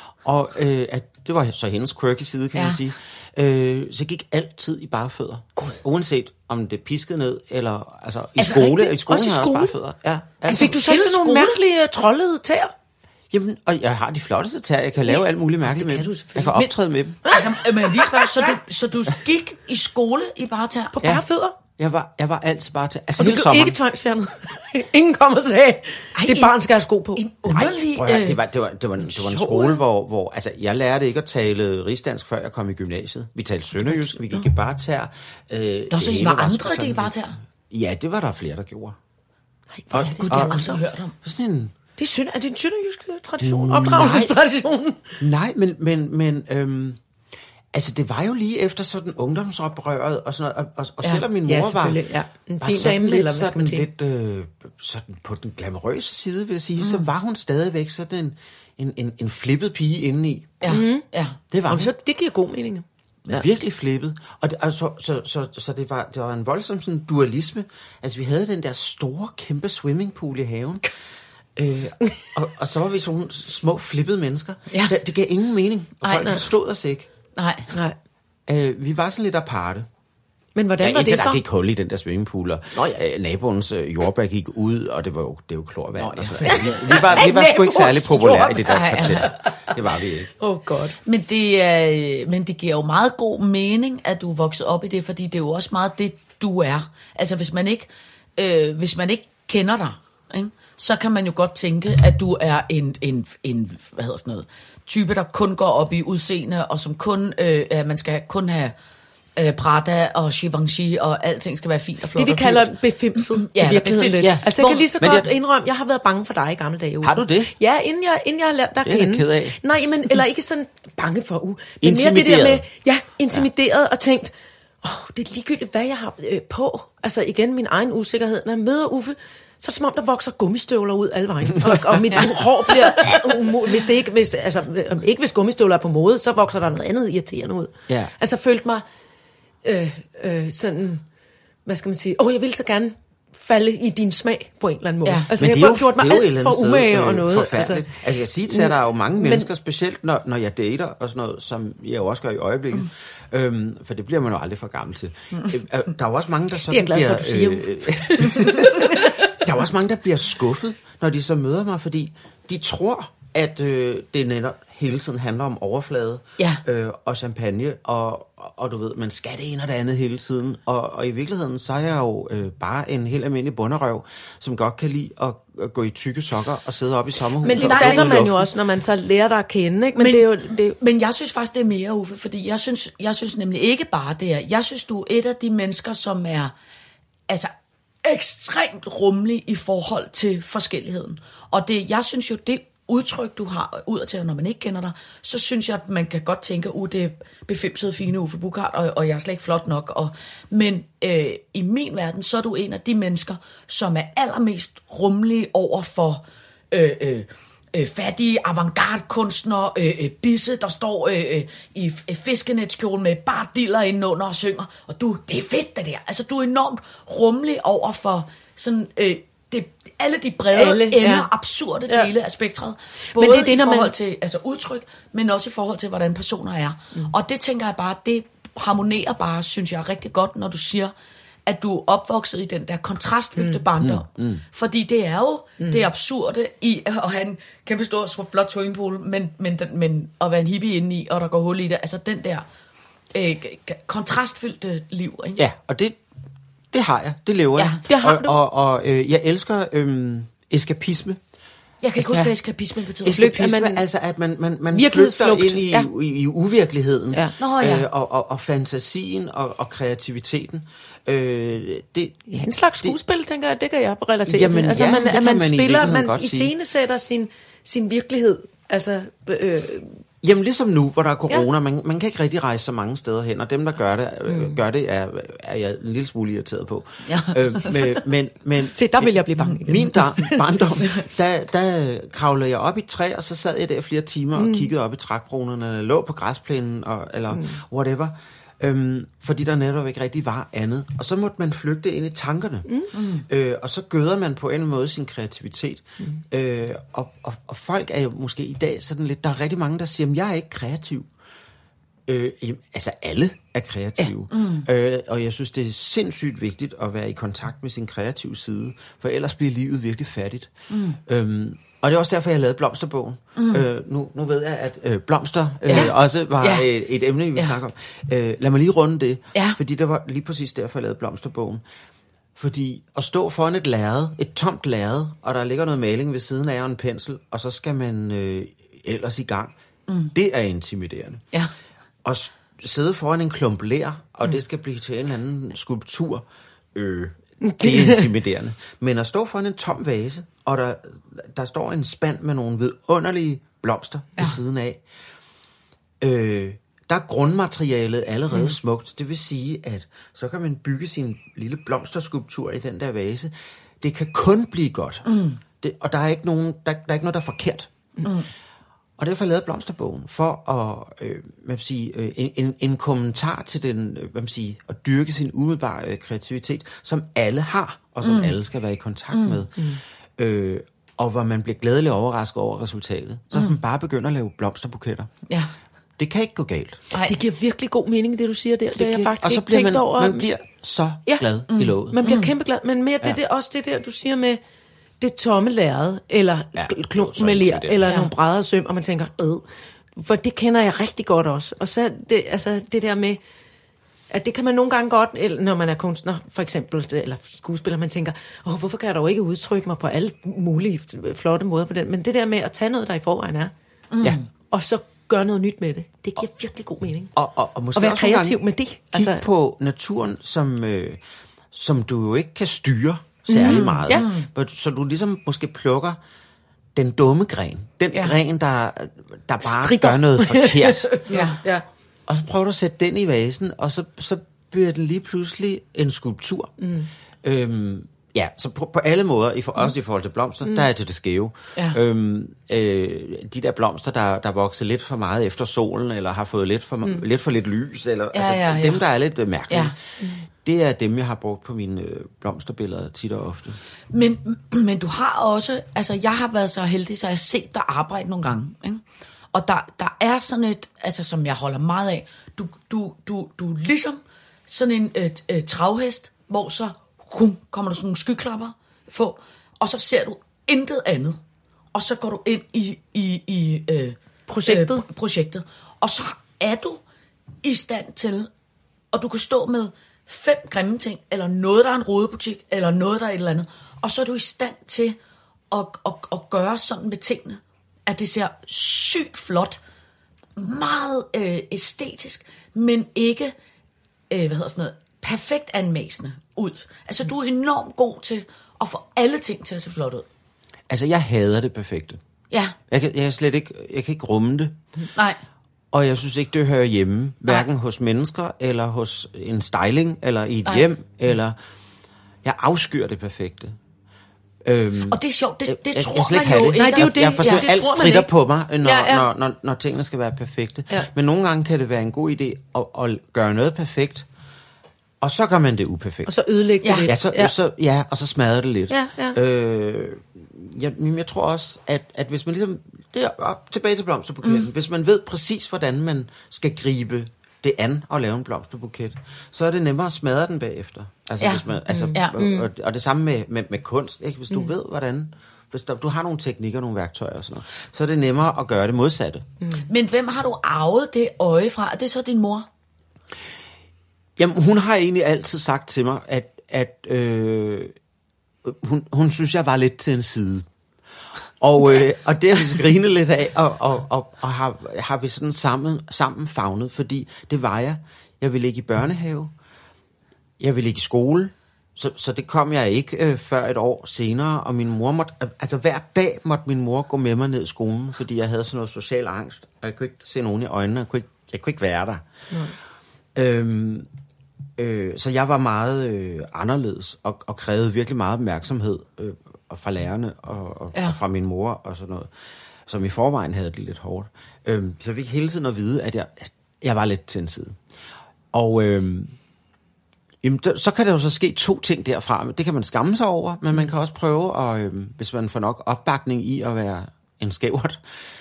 Og øh, at det var så hendes quirky side, kan ja. man sige. Øh, så jeg gik altid i bare fødder. God. Uanset om det piskede ned, eller altså i altså, skole. Rigtig? I skolen også i skole? Havde jeg også bare fødder. Ja, altså, fik du så ikke sådan nogle mærkelige trollede tæer? Jamen, og jeg har de flotteste tæer. Jeg kan lave ja, alt muligt mærkeligt med dem. Jeg kan optræde med dem. Altså, men jeg lige spørge, så du, så du gik i skole i bare tæer? På bare ja. fødder? Jeg var, jeg var altid bare til. Altså og hele du sommeren. Ikke tvangsfjernet. Ingen kom og sagde, det barn skal have sko på. En underlig... Nej, det var, det var, det var, det var en skole, hvor, hvor... Altså, jeg lærte ikke at tale rigsdansk, før jeg kom i gymnasiet. Vi talte sønderjysk, vi gik i bartær. Øh, Nå, så I var andre, der gik i bartær? Ja, det var der flere, der gjorde. Nej, hvor er det, Gud, det har jeg aldrig hørt om. Sådan en... Det er, synd, er det en sønderjysk tradition? Opdragelsestradition? Nej, men... men, men øhm, altså, det var jo lige efter sådan ungdomsoprøret og sådan noget, og, og, og ja, selvom min mor ja, var, ja. En var fin sådan dame, lidt, eller hvad skal man lidt øh, sådan på den glamourøse side, vil jeg sige, mm. så var hun stadigvæk sådan en, en, en, en flippet pige indeni. Ja, mm. ja. Det var hun. Så det giver god mening. Ja. Virkelig flippet. Og det, altså, så, så, så, så det, var, det var en voldsom sådan dualisme. Altså, vi havde den der store, kæmpe swimmingpool i haven. Øh, og, og så var vi sådan små flippede mennesker. Ja. Det, det gav ingen mening, og Ej, folk nej. forstod os ikke. Nej, nej. Øh, vi var sådan lidt aparte. Men hvordan ja, var det så? Der gik hul i den der swimmingpool, og Nå, ja. øh, naboens øh, jordbær gik ud, og det var jo, det var jo klorvand. Nå, ja. Og så. Vi var, vi var sgu ikke særlig populære i det der kvarter. Det var vi ikke. Åh, oh, godt. Men det, øh, men det giver jo meget god mening, at du er vokset op i det, fordi det er jo også meget det, du er. Altså, hvis man ikke, øh, hvis man ikke kender dig, ikke? Så kan man jo godt tænke, at du er en, en, en hvad hedder sådan noget, type, der kun går op i udseende, og som kun, øh, man skal kun have øh, Prada og Givenchy, og alting skal være fint og flot. Det vi og kalder dyrt. befimset Ja, i virkeligheden lidt. ja. Altså jeg Hvor, kan lige så men godt jeg, indrømme, jeg har været bange for dig i gamle dage. Uffe. Har du det? Ja, inden jeg, inden jeg har lært dig at Det er kende. jeg ked af. Nej, men, eller ikke sådan bange for, uh, men mere det der Intimideret. med, ja, intimideret ja. Og tænkt, åh, oh, det er ligegyldigt, hvad jeg har øh, på. Altså igen, min egen usikkerhed. Når jeg møder Uffe, så er det som om, der vokser gummistøvler ud alle vejen. Og, og mit hår bliver umuligt. Hvis det ikke, hvis, altså, ikke hvis gummistøvler er på mode, så vokser der noget andet irriterende ud. Ja. Altså følte mig øh, øh, sådan, hvad skal man sige, åh, oh, jeg vil så gerne falde i din smag på en eller anden måde. Ja. Altså men jeg det har er jo, gjort mig det er jo et alt eller for andet umage sted, og øh, noget. forfærdeligt. Altså, altså jeg siger til at der er jo mange men, mennesker, specielt når, når jeg dater og sådan noget, som jeg jo også gør i øjeblikket, mm. øhm, for det bliver man jo aldrig for gammel til. Mm. Øh, der er jo også mange, der sådan det er jeg glad for, bliver... at du siger, øh, der er jo også mange, der bliver skuffet, når de så møder mig, fordi de tror, at øh, det netop hele tiden handler om overflade Ja. øh, og champagne, og, og du ved, man skal det ene og det andet hele tiden. Og, og i virkeligheden, så er jeg jo øh, bare en helt almindelig bunderøv, som godt kan lide at, at gå i tykke sokker og sidde op i sommerhuset. men det og stå fatter ude i man jo luften. også, når man så lærer dig at kende. Ikke? Men, Men, det er jo... Det er jo men jeg synes faktisk, det er mere, Uffe, fordi jeg synes, jeg synes nemlig ikke bare det er. Jeg synes, du er et af de mennesker, som er altså ekstremt rummelig i forhold til forskelligheden. Og det, jeg synes jo, det udtryk, du har udadtil, når man ikke kender dig, så synes jeg, at man kan godt tænke, uh, det er befimsede fine Uffe Buchard, og, og jeg er slet ikke flot nok. Og, men øh, i min verden, så er du en af de mennesker, som er allermest rummelige over for øh, øh, øh, fattige avantgarde-kunstnere, øh, øh, bisse, der står øh, øh, i øh, fiskenetskjole med bare diller indenunder og synger, og du, det er fedt det der. Altså, du er enormt rummelig over for sådan... Øh, det, alle de brede alle, ender, ja. absurde Ja. dele af spektret. Både Men det er det, i når forhold man... til altså udtryk, men også i forhold til, hvordan personer er. Mm. Og det tænker jeg bare, det harmonerer bare, synes jeg, rigtig godt, når du siger, at du er opvokset i den der kontrastfyldte mm. barndom. Mm. Mm. Fordi det er jo mm. det absurde i at have en kæmpe stor, flot swimmingpool, men, men, men at være en hippie indeni, og der går hul i det. Altså den der øh, kontrastfyldte liv. Ikke? Ja, og det, det har jeg. Det lever Ja, jeg. det har og, du. Og, og øh, jeg elsker øh, eskapisme. Jeg kan ikke huske, Ja. hvad eskapisme betyder. Eskapisme, man- altså at man, man, man Virkelighedsflugt. flygter ind i, Ja. i, i uvirkeligheden, Ja. Nå, ja. øh, og, og, og fantasien og, og kreativiteten. Øh, det, Ja, en slags skuespil, det, tænker jeg, det kan jeg relatere Jamen, til. Altså, ja, man, det at kan man, man i spiller, virkeligheden man godt sige. iscenesætter sin, sin virkelighed. Altså, øh, Jamen ligesom nu, hvor der er corona, Ja. man, man kan ikke rigtig rejse så mange steder hen, og dem, der gør det, mm. gør det er, er jeg en lille smule irriteret på. Ja. Øh, men, men, men, se, der vil jeg blive bange igen. Min da, barndom, der, der kravlede jeg op i et træ, og så sad jeg der flere timer mm. og kiggede op i trækronerne, lå på græsplænen, og, eller mm. whatever. Øhm, fordi der netop ikke rigtig var andet. Og så måtte man flygte ind i tankerne. Mm. Øh, og så gøder man på en eller anden måde sin kreativitet. Mm. Øh, og, og, og folk er jo måske i dag sådan lidt... Der er rigtig mange, der siger, at jeg er ikke kreativ. Øh, jamen, altså alle er kreative. Ja. Mm. Øh, og jeg synes, det er sindssygt vigtigt at være i kontakt med sin kreative side. For ellers bliver livet virkelig fattigt. Mm. Øhm, Og det er også derfor, jeg lavede Blomsterbogen. Mm. Øh, nu, nu ved jeg, at øh, blomster øh, ja. også var ja. et, et emne, vi ville ja. snakke om. Øh, lad mig lige runde det, ja. fordi det var lige præcis derfor, jeg lavede Blomsterbogen. Fordi at stå foran et lærred, et tomt lærred, og der ligger noget maling ved siden af og en pensel, og så skal man øh, ellers i gang. Mm. Det er intimiderende. Ja. Og s- sidde foran en klump ler, og mm. det skal blive til en eller anden skulptur, øh, det er intimiderende. Men at stå foran en tom vase, og der, der står en spand med nogle vidunderlige blomster ja. ved siden af, øh, der er grundmaterialet allerede mm. smukt. Det vil sige, at så kan man bygge sin lille blomsterskulptur i den der vase. Det kan kun blive godt. Mm. Det, og der er, ikke nogen, der, der er ikke noget, der er forkert. Mm. Og derfor lavede Blomsterbogen for at øh, hvad man sige, øh, en, en kommentar til den, øh, hvad man sige, at dyrke sin umiddelbare øh, kreativitet, som alle har, og som mm. alle skal være i kontakt mm. med. Mm. Øh, og hvor man bliver glædeligt overrasket over resultatet. Så mm. man bare begynder at lave blomsterbuketter. Ja. Det kan ikke gå galt. Ej. Det giver virkelig god mening, det du siger der. Det, det har jeg faktisk og så ikke bliver tænkt man, over. man bliver så ja. glad mm. i låget. Man bliver Mm. kæmpe glad. Men mere det, Ja. det også det der, du siger med det tomme lærred, eller Ja, klump så med ler, intimiderende. eller Ja. nogle brædder søm, og man tænker, øh. For det kender jeg rigtig godt også. Og så det, altså, det der med, at det kan man nogle gange godt, eller når man er kunstner, for eksempel, eller skuespiller, man tænker, åh, hvorfor kan jeg dog ikke udtrykke mig på alle mulige flotte måder på den? Men det der med at tage noget, der i forvejen er, mm. ja. og så gøre noget nyt med det, det giver virkelig god mening. Og, og, og måske og være også kreativ med det. Kig altså, på naturen, som, øh, som du jo ikke kan styre særlig mm, meget. Ja. Så du ligesom måske plukker den dumme gren. Den ja. gren, der, der bare Strikker. gør noget forkert. ja. Ja. Og så prøver du at sætte den i vasen, og så, så bliver den lige pludselig en skulptur. Mm. Øhm, ja, så på, på alle måder, i for, mm. også i forhold til blomster, mm. der er det det skæve. Ja. Øhm, øh, de der blomster, der, der vokser lidt for meget efter solen, eller har fået lidt for, mm. lidt, for lidt lys, eller ja, altså, ja, ja. dem, der er lidt øh, mærkelige. Ja. Mm. Det er dem, jeg har brugt på mine øh, blomsterbilleder tit og ofte. Men, men du har også, altså jeg har været så heldig, så jeg har set dig arbejde nogle gange, ikke? Og der, der er sådan et, altså som jeg holder meget af, du, du, du, du er ligesom sådan en et, et travhest, hvor så hum, kommer der sådan nogle skyklapper på, og så ser du intet andet. Og så går du ind i, i, i øh, projektet. Øh, projektet. Og så er du i stand til, og du kan stå med fem grimme ting, eller noget, der er en rodebutik, eller noget, der er et eller andet, og så er du i stand til at, at, at gøre sådan med tingene, at det ser sygt flot, meget øh, æstetisk, men ikke, øh, hvad hedder sådan noget, perfekt anmæsende ud. Altså, du er enormt god til at få alle ting til at se flot ud. Altså, jeg hader det perfekte. Ja. Jeg kan, jeg kan slet ikke, jeg kan ikke rumme det. Nej. Og jeg synes ikke, det hører hjemme, hverken Nej. hos mennesker, eller hos en styling, eller i et Nej. hjem, eller... Jeg afskyr det perfekte. Øhm, og det er sjovt, det, det jeg, tror jeg, jeg man jo ikke. Nej, det er jo det. Jeg forsøger ja, alt stritter på mig, når, ja, ja. Når, når, når tingene skal være perfekte. Ja. Men nogle gange kan det være en god idé at, at gøre noget perfekt, og så gør man det uperfekt. Og så ødelægger ja. det lidt. Ja, så, ja. Så, ja, og så smadrer det lidt. Ja, ja. Øh, jeg, jeg tror også, at, at hvis man ligesom... Det er op, tilbage til blomsterbuketten. Mm. Hvis man ved præcis, hvordan man skal gribe det an og lave en blomsterbuket, så er det nemmere at smadre den bagefter. Altså, ja. hvis man, altså, mm. ja. og, og, og det samme med, med, med kunst. Ikke? Hvis du mm. ved, hvordan... Hvis der, du har nogle teknikker, nogle værktøjer og sådan noget, så er det nemmere at gøre det modsatte. Mm. Men hvem har du arvet det øje fra? Er det så din mor? Jamen, hun har egentlig altid sagt til mig, at, at øh, hun, hun synes, jeg var lidt til en side. Og, øh, og det har vi grinet lidt af, og, og, og, og har, har vi sådan sammen, sammen favnet, fordi det var jeg. Jeg ville ikke i børnehave, jeg ville ikke i skole, så, så det kom jeg ikke øh, før et år senere, og min mor måtte, altså hver dag måtte min mor gå med mig ned i skolen, fordi jeg havde sådan noget social angst, og jeg kunne ikke se nogen i øjnene, jeg kunne ikke, jeg kunne ikke være der. Mm. Øhm, øh, så jeg var meget øh, anderledes, og, og krævede virkelig meget opmærksomhed, øh, og fra lærerne og, og, ja. og fra min mor og sådan noget, som i forvejen havde det lidt hårdt. Øhm, så jeg fik hele tiden at vide, at jeg, jeg var lidt til en side. Og øhm, jamen, så kan der jo så ske to ting derfra. Det kan man skamme sig over, men man kan også prøve, og øhm, hvis man får nok opbakning i at være en skævert,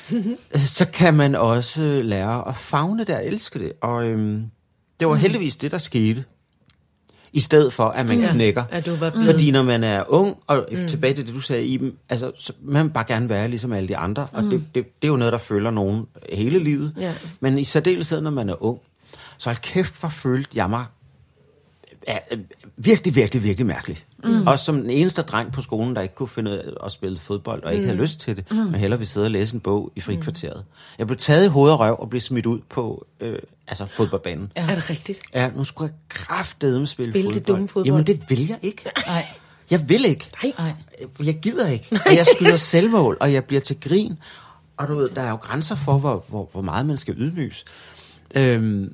så kan man også lære at favne det og elske det. Og øhm, det var heldigvis det, der skete. I stedet for, at man ja. knækker. Ja, du var Fordi når man er ung, og mm. tilbage til det, du sagde, Iben, altså, så man vil bare gerne være ligesom alle de andre, og mm. det, det, det er jo noget, der følger nogen hele livet. Ja. Men i særdeleshed, når man er ung, så hold kæft, for følte jeg mig ja, virkelig, virkelig, virkelig mærkelig. Mm. Også som den eneste dreng på skolen, der ikke kunne finde ud af at spille fodbold, og ikke mm. havde lyst til det, mm. men hellere ville sidde og læse en bog i frikvarteret. Mm. Jeg blev taget i hoved og røv og blev smidt ud på øh, altså fodboldbanen. Ja. Er det rigtigt? Ja, nu skulle jeg kraftedeme spille, spille fodbold. det dumme fodbold. Jamen, det vil jeg ikke. Nej. Jeg vil ikke. Nej. Jeg gider ikke. Og jeg skyder selvmål, og jeg bliver til grin. Og du ved, der er jo grænser for, hvor, hvor, hvor meget man skal ydmyges. Øhm,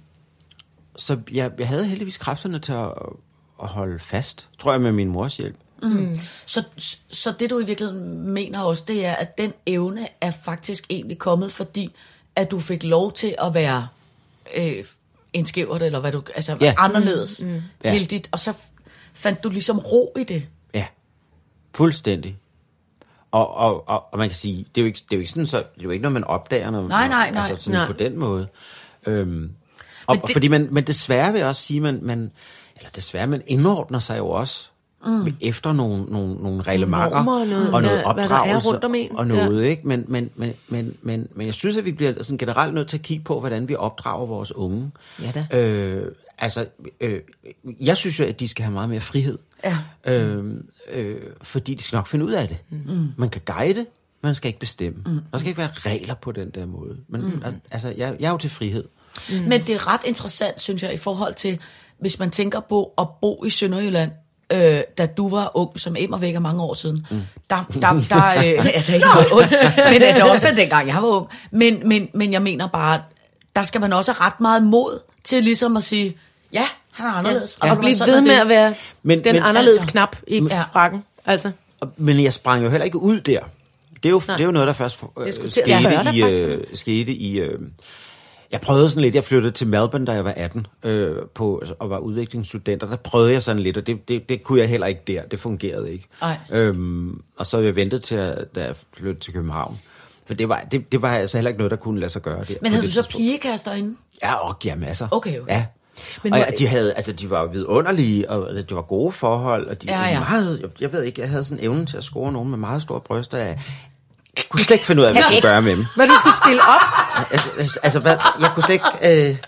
så jeg, jeg havde heldigvis kræfterne til at, at holde fast, tror jeg, med min mors hjælp. Mm. Så, så det, du i virkeligheden mener også, det er, at den evne er faktisk egentlig kommet, fordi at du fik lov til at være øh, en skævert, eller hvad du, altså ja. anderledes, mm. ja. heldigt, og så fandt du ligesom ro i det. Ja, fuldstændig. Og, og, og, og man kan sige, det er jo ikke, det er jo ikke sådan, så det er jo ikke noget, man opdager, når, nej, nej, nej. Altså sådan nej. på den måde. Øhm, og, det, fordi man, men desværre vil jeg også sige, man, man, eller desværre, man indordner sig jo også mm. efter nogle, nogle, nogle reglementer og noget, og noget ja, opdragelse og noget, ja. ikke? Men, men, men, men, men, men jeg synes, at vi bliver sådan generelt nødt til at kigge på, hvordan vi opdrager vores unge. Ja da. Øh, altså, øh, jeg synes jo, at de skal have meget mere frihed. Ja. Øh, øh, fordi de skal nok finde ud af det. Mm. Man kan guide, man skal ikke bestemme. Mm. Der skal ikke være regler på den der måde. Men mm. altså, jeg, jeg er jo til frihed. Mm. Men det er ret interessant, synes jeg, i forhold til, hvis man tænker på at bo i Sønderjylland, øh, da du var ung, som immer væk er mange år siden. Mm. Der, der, der øh, altså ikke noget ondt, men altså også dengang jeg var ung. Men, men, men jeg mener bare, der skal man også have ret meget mod til ligesom at sige, ja, han er anderledes. Ja. Og, og blive ved med at være men, den men, anderledes altså, knap i ja. frakken. Altså. Men jeg sprang jo heller ikke ud der. Det er jo, det er jo noget, der først øh, skete, i, øh, skete i... Øh, jeg prøvede sådan lidt, jeg flyttede til Melbourne, da jeg var atten, øh, på, og var udviklingsstudent, og der prøvede jeg sådan lidt, og det, det, det kunne jeg heller ikke der, det fungerede ikke. Øhm, og så jeg ventet til, at, da jeg flyttede til København. For det var, det, det var altså heller ikke noget, der kunne lade sig gøre der. Men havde du så pigekærester inde? Ja, og ja, masser. Okay, okay. Ja. Men og ja, de havde, altså de var vidunderlige, og altså, det var gode forhold, og de ja, ja. meget, jeg, jeg ved ikke, jeg havde sådan evnen til at score nogen med meget store bryster. Jeg, jeg kunne slet ikke finde ud af, hvad jeg skulle gøre med dem. Hvad du skulle stille op? Altså, altså hvad, jeg kunne slet ikke... Øh,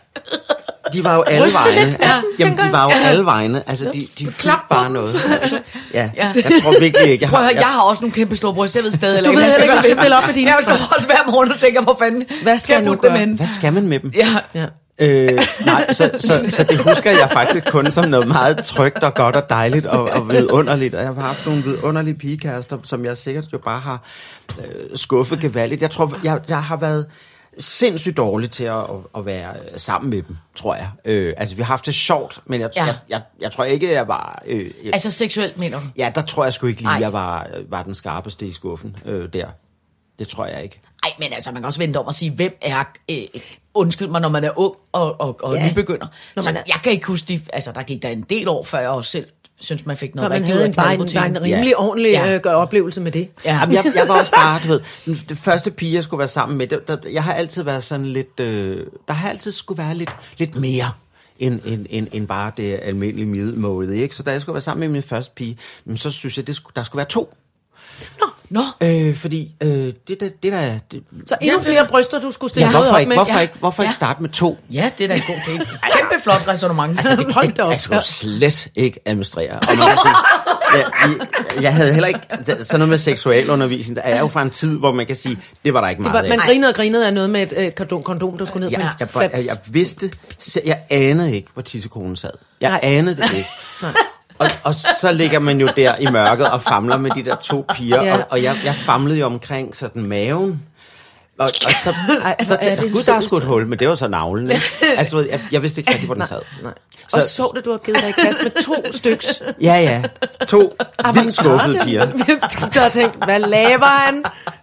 de var jo alle vegne. Lidt, ja, jamen, de var jo alle vegne. Altså, de, de fyldte bare noget. Ja, ja, jeg tror virkelig ikke... Jeg har, Prøv at høre, jeg har også nogle kæmpe store bryster. Jeg ved stadig heller ikke, hvad jeg skal gøre. Du ved ikke, stille op med dine. Jeg skal også hver morgen og tænker, hvor fanden hvad skal jeg nu gøre? Hvad skal man med dem? Ja, ja. Øh, nej, så, så, så det husker jeg faktisk kun som noget meget trygt og godt og dejligt og, og vidunderligt. Og jeg har haft nogle vidunderlige pigekærester, som jeg sikkert jo bare har øh, skuffet gevaldigt. Jeg tror, jeg, jeg har været sindssygt dårlig til at, at, at være sammen med dem, tror jeg. Øh, altså, vi har haft det sjovt, men jeg, ja. jeg, jeg, jeg tror ikke, jeg var... Øh, jeg, altså seksuelt, mener du? Ja, der tror jeg sgu ikke lige, Ej. jeg var, var den skarpeste i skuffen øh, der. Det tror jeg ikke. Nej, men altså, man kan også vente om at sige, hvem er... Øh, undskyld mig, når man er ung og, og, og ja. nybegynder. Så er... jeg kan ikke huske, de, altså der gik der en del år, før jeg også selv synes, man fik noget rigtig ud af knaldbutikken. Man havde en rimelig ja. ordentlig ja. øh, oplevelse med det. Ja. Jamen, jeg, jeg var også bare, du ved, det første pige, jeg skulle være sammen med, det, der, jeg har altid været sådan lidt, øh, der har altid skulle være lidt, lidt mere end, end, end, end bare det almindelige middelmåde, ikke? Så da jeg skulle være sammen med min første pige, så synes jeg, det skulle, der skulle være to. Nå. Nå. Øh, fordi øh, det, det, det der... Det, så endnu ja, flere bryster, du skulle stille ja, hvorfor op ikke, med? Hvorfor, ja. ikke, hvorfor ja. ikke starte med to? Ja, det er da en god ting. Kæmpe flot resonemang. Altså, det kan jeg skulle slet ikke administrere. Og man kan sige, jeg, jeg, jeg havde heller ikke... Sådan noget med seksualundervisning, der er jo fra en tid, hvor man kan sige, det var der ikke meget af. Man grinede og grinede af noget med et øh, kondom, kondom, der skulle ned. Ja, jeg, jeg, jeg, jeg vidste... Jeg anede ikke, hvor tissekonen sad. Jeg Nej. anede det ikke. Nej. Og, og så ligger man jo der i mørket og famler med de der to piger, ja. og, og jeg, jeg famlede jo omkring sådan maven, og, og så, Ej, så tænkte jeg, gud, der er sgu et hul, men det var så navlen. Altså, jeg, jeg vidste ikke rigtig, hvor den sad. Nej. Så, og så det, du har givet dig i kast med to styks. Ja, ja. To vildt skuffede piger. Der har tænkt, hvad laver han?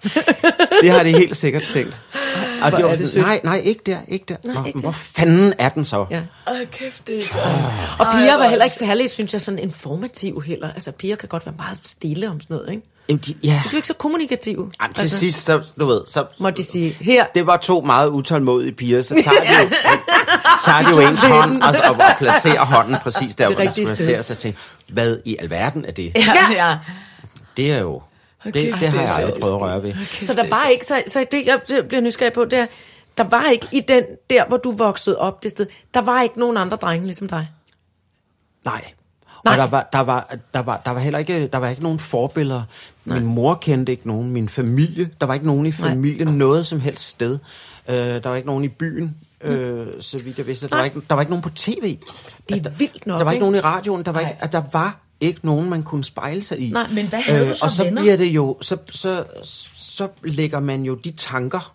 Det har de helt sikkert tænkt. Og det var sådan, nej, nej, ikke der, ikke der. Nå, ikke hvor fanden er den så? Ja. Åh, kæft, det er så... Oh. Og piger var heller ikke særlig, synes jeg, sådan informativ heller. Altså, piger kan godt være meget stille om sådan noget, ikke? Jamen, de, ja. De er ikke så kommunikative. Jamen, til altså, sidst, så, du ved, så... Må de sige, her... Det var to meget utålmodige piger, så tager de jo, tager de jo ens hånd og, og, og placerer hånden præcis der, hvor den skal placere sig til. Hvad i alverden er det? Ja, ja. Det er jo... Det, det, det har jeg aldrig prøvet at røre ved. Okay, så der var ikke, så, så det jeg bliver nysgerrig på, det er, der var ikke i den, der hvor du voksede op det sted, der var ikke nogen andre drenge ligesom dig? Nej. Nej. Og der var, der, var, der, var, der var heller ikke, der var ikke nogen forbilleder. Nej. Min mor kendte ikke nogen, min familie, der var ikke nogen i familien, Nej. noget som helst sted. Uh, der var ikke nogen i byen, uh, så vidt jeg vidste. Der var, ikke, der var ikke nogen på tv. Det er vildt nok, Der var ikke ikke? nogen i radioen, der var, ikke, at der var ikke nogen, man kunne spejle sig i. Nej, men hvad havde uh, du så Og så venner? bliver det jo, så, så, så lægger man jo de tanker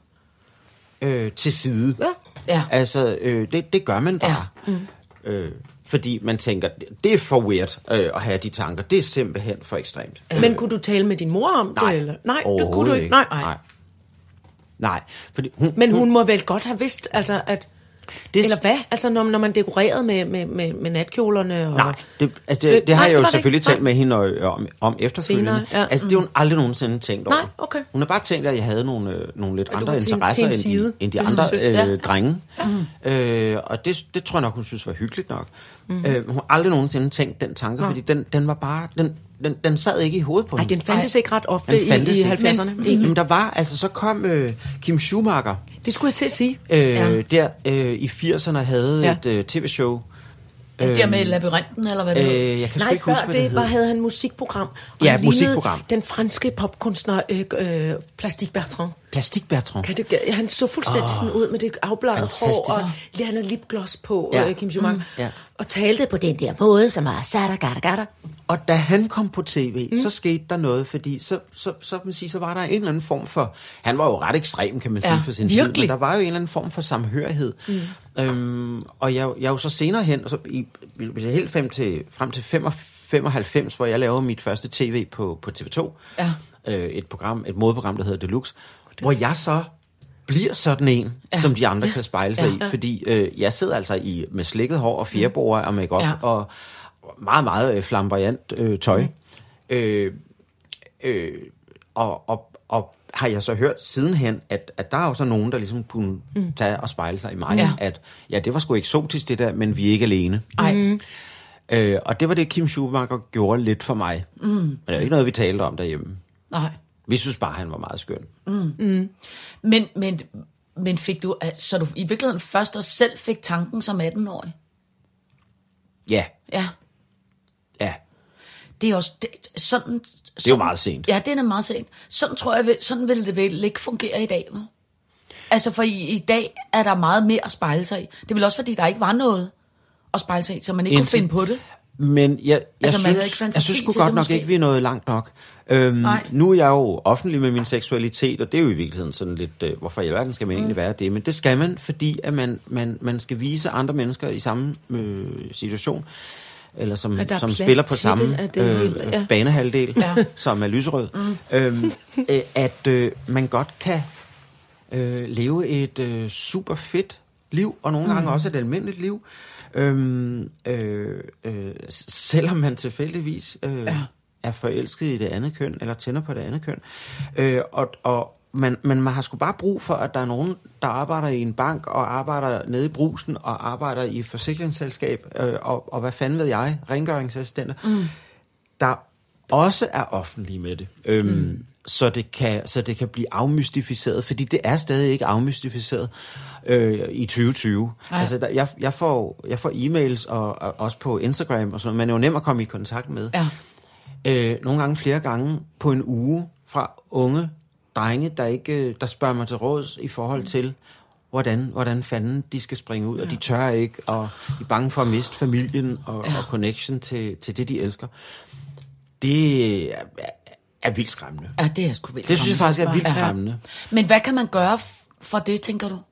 øh, til side. Ja. Ja. Altså, øh, det, det gør man bare. Ja. Mm. Øh, fordi man tænker, det er for weird øh, at have de tanker. Det er simpelthen for ekstremt. Ja. Men kunne du tale med din mor om Nej, det? Eller? Nej, det kunne du ikke. Nej. Nej. Nej. Fordi hun, Men hun, hun må vel godt have vidst, altså at... Det, eller hvad? Altså når, når man dekorerede med, med, med, med natkjolerne? Og nej, det, altså, det, det, det har nej, jeg jo selvfølgelig talt med hende om, om efterfølgende. Senere, ja. Altså det har hun aldrig nogensinde tænkt over. Nej, okay. Hun har bare tænkt, at jeg havde nogle, øh, nogle lidt og andre interesser til en, end, de, end de andre øh, ja. drenge. Ja. Øh, og det, det tror jeg nok, hun synes var hyggeligt nok. Mm. Øh, hun har aldrig nogensinde tænkt den tanke, ja. fordi den, den var bare... Den, Den, den sad ikke i hovedet på hende. Nej, den fandtes Ej. ikke ret ofte i, i halvfjerdserne. Men, men der var, altså så kom øh, Kim Schumacher. Det skulle jeg til at sige. Øh, ja. Der øh, i firserne havde ja. et øh, tv-show, Er det der med labyrinten, eller hvad det hedder? Øh, jeg kan Nej, ikke før huske, hvad det, det var, hed. havde han musikprogram. Og Ja, han lignede musikprogram. Den franske popkunstner øh, øh, Plastic Bertrand. Plastik Bertrand. Kan det, han så fuldstændig oh, sådan ud med det afbladede hår, og lige han havde lipgloss på, Ja. øh, Kim Schumacher. Mm. Ja. Og talte på den der måde, som er sada gada gada. Og da han kom på tv, mm. så skete der noget, fordi så, så, så, man sige, så var der en eller anden form for... Han var jo ret ekstrem, kan man sige, Ja, for sin virkelig. tid, men der var jo en eller anden form for samhørighed. Mm. Øhm, og jeg, jeg er jo så senere hen, og så i, hvis jeg helt frem til, frem til femoghalvfems, hvor jeg lavede mit første tv på, på T V to, Ja. øh, et program, et modeprogram, der hedder Deluxe, hvor jeg så bliver sådan en, ja. som de andre kan spejle sig ja. i, fordi øh, jeg sidder altså i med slikket hår og fjerborer og makeup Ja. og meget, meget øh, flamboyant øh, tøj. Mm. Øh, øh, og, og, og har jeg så hørt sidenhen, at, at der er jo så nogen, der ligesom kunne mm. tage og spejle sig i mig, Ja. at ja, det var sgu eksotisk det der, men vi er ikke alene. Ej. Mm. Øh, og det var det, Kim Schumacher gjorde lidt for mig. Mm. Men det er ikke noget, vi talte om derhjemme. Nej. Vi synes bare, han var meget skøn. Mm. Mm. Men, men, men fik du, så du i virkeligheden først og selv fik tanken som atten-årig? Ja, Ja. ja. Det er også, det, sådan... Det er jo sådan, meget sent. Ja, det er meget sent. Sådan tror jeg, sådan vil det vel ikke fungere i dag, vel? Altså, for i, i dag er der meget mere at spejle sig i. Det er vel også, fordi der ikke var noget at spejle sig i, så man ikke Indtil, kunne finde på det. Men jeg, jeg, Altså, man havde synes, ikke fantasi jeg synes sgu til godt det, nok måske. ikke, vi er nået langt nok. Øhm, nu er jeg jo offentlig med min seksualitet, og det er jo i virkeligheden sådan lidt, øh, hvorfor i alverden skal man egentlig være det? Men det skal man, fordi at man, man, man skal vise andre mennesker i samme øh, situation, eller som, som spiller på samme det, det øh, hele, ja. banehalvdel, Ja. som er lyserød, mm. øhm, øh, at øh, man godt kan øh, leve et øh, super fedt liv, og nogle gange mm. også et almindeligt liv, øhm, øh, øh, selvom man tilfældigvis øh, ja. er forelsket i det andet køn, eller tænder på det andet køn. Øh, og og man, man, man har sgu bare brug for, at der er nogen, der arbejder i en bank, og arbejder nede i Brugsen, og arbejder i et forsikringsselskab, øh, og, og hvad fanden ved jeg, rengøringsassistenter, mm. der også er offentlige med det. Øhm, mm. så, det kan, så det kan blive afmystificeret, fordi det er stadig ikke afmystificeret øh, i tyve tyve. Ej. Altså, der, jeg, jeg, får, jeg får e-mails, og, og også på Instagram, og sådan, man er jo nem at komme i kontakt med. Ja. Øh, nogle gange flere gange på en uge fra unge drenge, der ikke der spørger mig til råds i forhold til, hvordan, hvordan fanden de skal springe ud, ja. Og de tør ikke, og de er bange for at miste familien og, ja. og connection til, til det, de elsker. Det er, er, er vildt skræmmende. Ja, det er sgu vildt Det synes jeg faktisk er vildt ja. skræmmende. Men hvad kan man gøre f- for det, tænker du?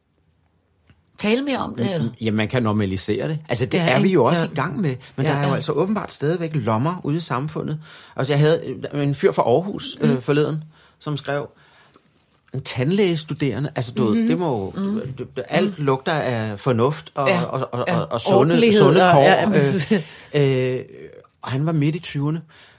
Tale mere om det, eller? Jamen, man kan normalisere det. Altså, det Ja, er vi jo også ja. i gang med. Men Ja, der er jo ja. altså åbenbart stadigvæk lommer ude i samfundet. Altså, jeg havde en fyr fra Aarhus mm. øh, forleden, som skrev, en tandlægestuderende, altså du mm-hmm. ved, det må mm. det, det, alt lugter af fornuft og, Ja. og, og, Ja. og, og sunde, Ordentlighed sunde og- kår. ja. øh, øh, og han var midt i tyverne.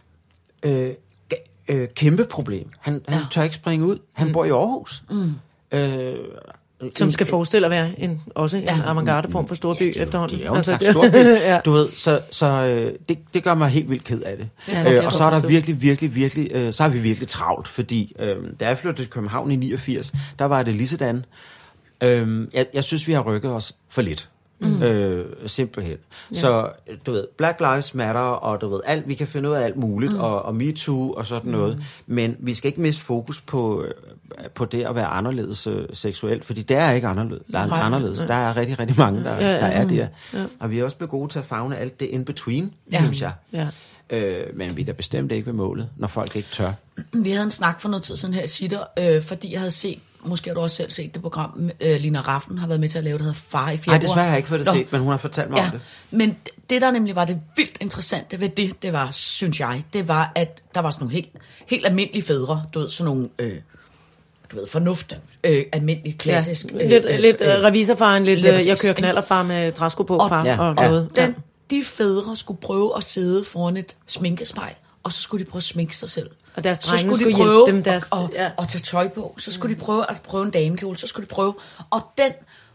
Øh, ga- øh, kæmpe problem. Han, han Ja. tør ikke springe ud. Han mm. bor i Aarhus. Mm. Øh, Som en- skal forestille at være en, også en Ja. avantgarde form for storby Ja, det er jo- efterhånden. Det er jo en Altså, slags storby. ja. Du ved, så, så øh, det, det gør mig helt vildt ked af det. Ja, det øh, kan og jeg så godt er der forstå. virkelig, virkelig, virkelig, øh, så er vi virkelig travlt, fordi øh, da jeg flyttede til København i niogfirs, der var det lige sådan. Øh, jeg, jeg synes, vi har rykket os for lidt. Mm. Øh, simpelthen. Ja. Så du ved, Black Lives Matter, og du ved, alt, vi kan finde ud af alt muligt, mm. og, og MeToo og sådan mm. noget, men vi skal ikke miste fokus på, øh, på det at være anderledes øh, seksuelt, fordi det er ikke anderledes. Der er, Nej. anderledes. Der er rigtig, rigtig mange, der, Ja, ja, der er der. ja. Og vi er også blevet gode til at favne alt det in between, Ja. synes jeg. Ja. Øh, men vi er da bestemt ikke ved målet, når folk ikke tør. Vi havde en snak for noget tid siden her i Sitter, øh, fordi jeg havde set, måske har du også selv set det program, øh, Lina Raffen har været med til at lave, det hedder Far i februar. Nej, desværre har jeg ikke fået det Nå. set, men hun har fortalt mig Ja, om det. men det, der nemlig var det vildt interessante ved det, det var, synes jeg, det var, at der var sådan nogle helt, helt almindelige fædre, du ved, sådan nogle, øh, du ved, fornuft, øh, almindelig, klassisk. Ja. Lidt, øh, lidt øh, øh, revisorfaren, lidt lige øh, præcis. jeg kører knallerfar med træsko på, Og- far, Ja, og ja. noget. Den, de fædre skulle prøve at sidde foran et sminkespejl, og så skulle de prøve at sminke sig selv. Og deres Så drenge skulle de skulle prøve hjælpe dem deres- at, at, ja. at tage tøj på. Så skulle de prøve at prøve en damekjole. Så skulle de prøve. Og den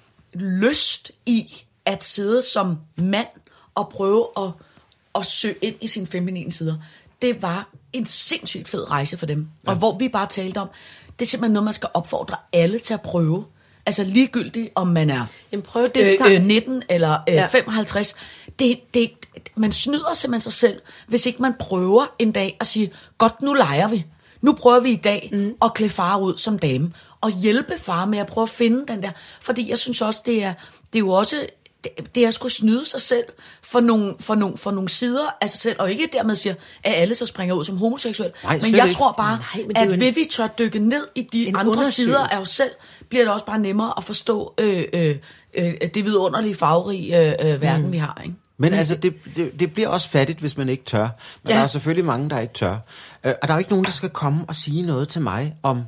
lyst i at sidde som mand og prøve at, at søge ind i sine feminine sider, det var en sindssygt fed rejse for dem. Ja. Og hvor vi bare talte om, det er simpelthen noget, man skal opfordre alle til at prøve. Altså ligegyldigt, om man er Jamen prøv det øh, sammen. øh, nitten eller øh, Ja. femoghalvtreds. det, det, man snyder simpelthen sig selv, hvis ikke man prøver en dag at sige, godt, nu leger vi. Nu prøver vi i dag mm. at klæde far ud som dame, og hjælpe far med at prøve at finde den der. Fordi jeg synes også, det er, det er jo også, det, det er at skulle snyde sig selv for nogle, for, nogle, for nogle sider af sig selv, og ikke dermed siger, at alle så springer ud som homoseksuel. Nej, men jeg ikke. tror bare, Nej, men at ved vi tør dykke ned i de andre sider af os selv, bliver det også bare nemmere at forstå øh, øh, øh, det vidunderlige, farverige øh, verden, mm. vi har, ikke? Men altså, det, det, det bliver også fattigt, hvis man ikke tør. Men ja. Der er selvfølgelig mange, der ikke tør. Øh, og der er ikke nogen, der skal komme og sige noget til mig om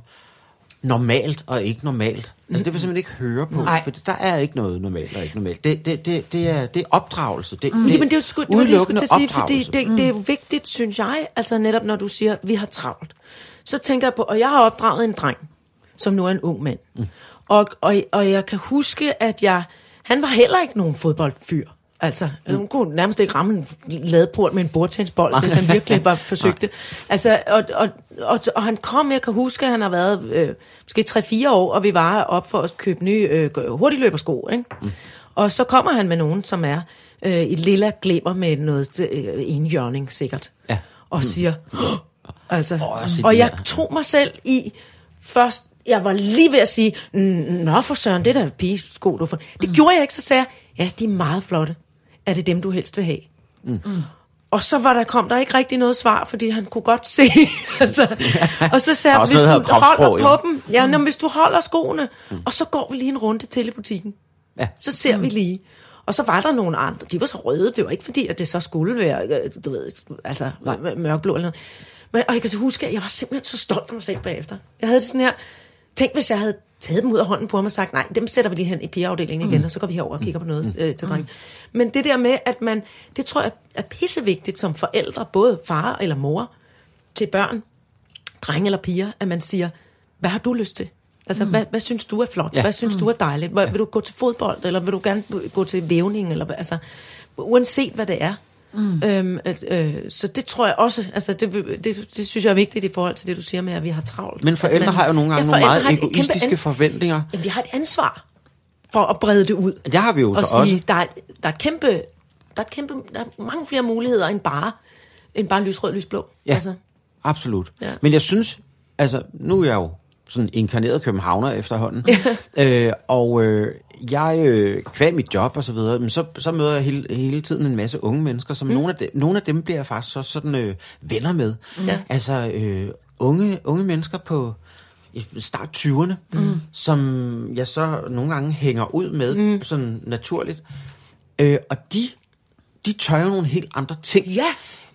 normalt og ikke normalt. Altså, det vil simpelthen ikke høre på, for der er ikke noget normalt og ikke normalt. Det, det, det, det, er, det er opdragelse. Det, mm. det, Jamen, det er jo sgu, udelukkende det, sige, fordi det, det er jo vigtigt, synes jeg, altså netop når du siger, vi har travlt. Så tænker jeg på, og jeg har opdraget en dreng, som nu er en ung mand. Mm. Og, og, og jeg kan huske, at jeg, han var heller ikke nogen fodboldfyr. Altså, mm. hun kunne nærmest ikke ramme en ladeport med en bordtennisbold, hvis han virkelig var forsøgte. Altså, og, og, og, og han kom, jeg kan huske, at han har været øh, måske tre fire år, og vi var op for at købe nye øh, hurtigløbersko, ikke? Mm. Og så kommer han med nogen, som er øh, et lilla glimmer med noget øh, enhjørning, sikkert. Ja. Og siger, oh! altså, oh, og jeg tog mig selv i først, jeg var lige ved at sige, nå for søren, det der pigesko, du får. Det mm. gjorde jeg ikke, så sagde jeg, ja, de er meget flotte. Er det dem, du helst vil have? Mm. Mm. Og så var der, kom der ikke rigtig noget svar, fordi han kunne godt se. altså, ja. Og så sagde jeg, hvis du holder på dem, ja, mm. hvis du holder skoene, mm. og så går vi lige en runde til i butikken. Ja. Så ser mm. vi lige. Og så var der nogle andre, de var så røde, det var ikke fordi, at det så skulle være, du ved, altså mørkblå eller noget. Men, og jeg kan huske, at jeg var simpelthen så stolt af mig selv bagefter. Jeg havde det sådan her, tænk hvis jeg havde taget dem ud af hånden på ham og sagt, nej, dem sætter vi lige hen i pigeafdelingen igen, mm. og så går vi herover og kigger på noget mm. øh, til dreng. Men det der med, at man, det tror jeg er pissevigtigt som forældre, både far eller mor, til børn, drenge eller piger, at man siger, hvad har du lyst til? Altså, mm. hvad, hvad synes du er flot? Ja. Hvad synes mm. du er dejligt? Vil du gå til fodbold, eller vil du gerne gå til vævning? Eller, altså, uanset hvad det er. Mm. Øhm, øh, så det tror jeg også, altså det, det, det synes jeg er vigtigt i forhold til det, du siger med, at vi har travlt. Men forældre man, har jo nogle gange ja, nogle meget egoistiske ans- forventninger. Ja, vi har et ansvar for at brede det ud. Det har vi jo så sige, også. Der er, der, er kæmpe, der, er kæmpe, der er mange flere muligheder end bare, end bare lysrød, lysblå. Ja, altså. Absolut. Ja. Men jeg synes, altså nu er jeg jo sådan inkarneret københavner efterhånden. øh, og øh, jeg, øh, kvad mit job og så videre, men så, så møder jeg hele, hele tiden en masse unge mennesker, som mm. nogle, af dem, nogle af dem bliver jeg faktisk så sådan øh, venner med. Mm. Altså øh, unge, unge mennesker på start tyverne, mm. som jeg så nogle gange hænger ud med, mm. sådan naturligt. Øh, og de, de tør jo nogle helt andre ting. Ja.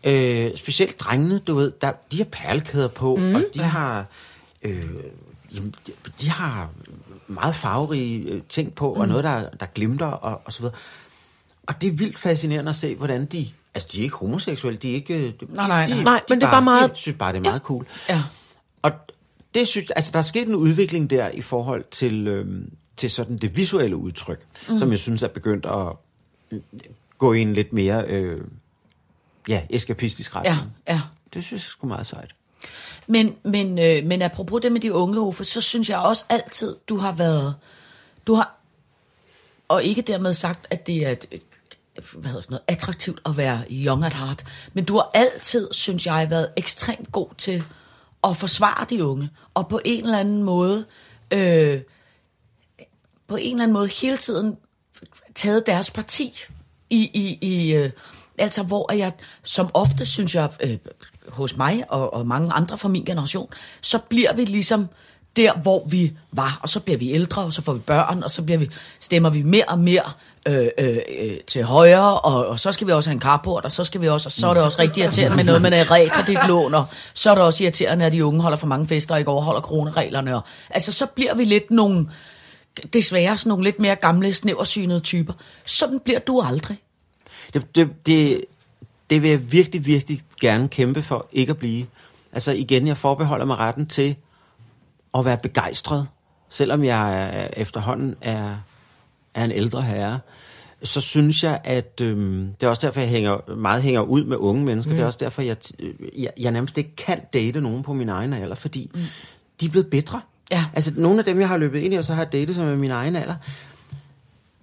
Øh, specielt drengene, du ved, der, de har perlekæder på, mm. og de har... Øh, jamen, de, de har meget farverige øh, ting på, mm. og noget, der, der glimter, og, og så videre. Og det er vildt fascinerende at se, hvordan de... Altså, de er ikke homoseksuelle, de er ikke... De, nej, nej, de, nej. De, nej, men det er bare meget... De synes bare, det er meget ja. cool. Ja. Og det synes... Altså, der er sket en udvikling der i forhold til, øh, til sådan det visuelle udtryk, mm. som jeg synes er begyndt at gå i en lidt mere... Øh, ja, eskapistisk retning. Ja, ja. Det synes jeg sgu meget sejt. Men, men, øh, men apropos det med de unge, Uffe, så synes jeg også altid, du har været, du har, og ikke dermed sagt, at det er et, hvad hedder sådan noget, attraktivt at være young at heart, men du har altid, synes jeg, været ekstremt god til at forsvare de unge, og på en eller anden måde, øh, på en eller anden måde hele tiden taget deres parti i, i, i øh, altså hvor jeg, som ofte synes jeg, øh, hos mig og, og mange andre fra min generation, så bliver vi ligesom der, hvor vi var, og så bliver vi ældre, og så får vi børn, og så bliver vi, stemmer vi mere og mere øh, øh, til højre, og, og så skal vi også have en carport, og så skal vi også, og så er det også rigtig irriterende med noget med en realkreditlån, og så er det også irriterende, at de unge holder for mange fester og ikke overholder coronareglerne, og altså så bliver vi lidt nogle, desværre sådan nogle lidt mere gamle, snæversynede typer. Sådan bliver du aldrig. Det, det, det, det vil jeg virkelig, virkelig gerne kæmpe for ikke at blive. Altså igen, jeg forbeholder mig retten til at være begejstret, selvom jeg er, efterhånden er, er en ældre herre. Så synes jeg, at øhm, det er også derfor, jeg hænger, meget hænger ud med unge mennesker. Mm. Det er også derfor, jeg, jeg, jeg nærmest ikke kan date nogen på min egen alder, fordi mm. de er blevet bedre. Ja. Altså nogle af dem, jeg har løbet ind i, og så har jeg datet som er min egen alder,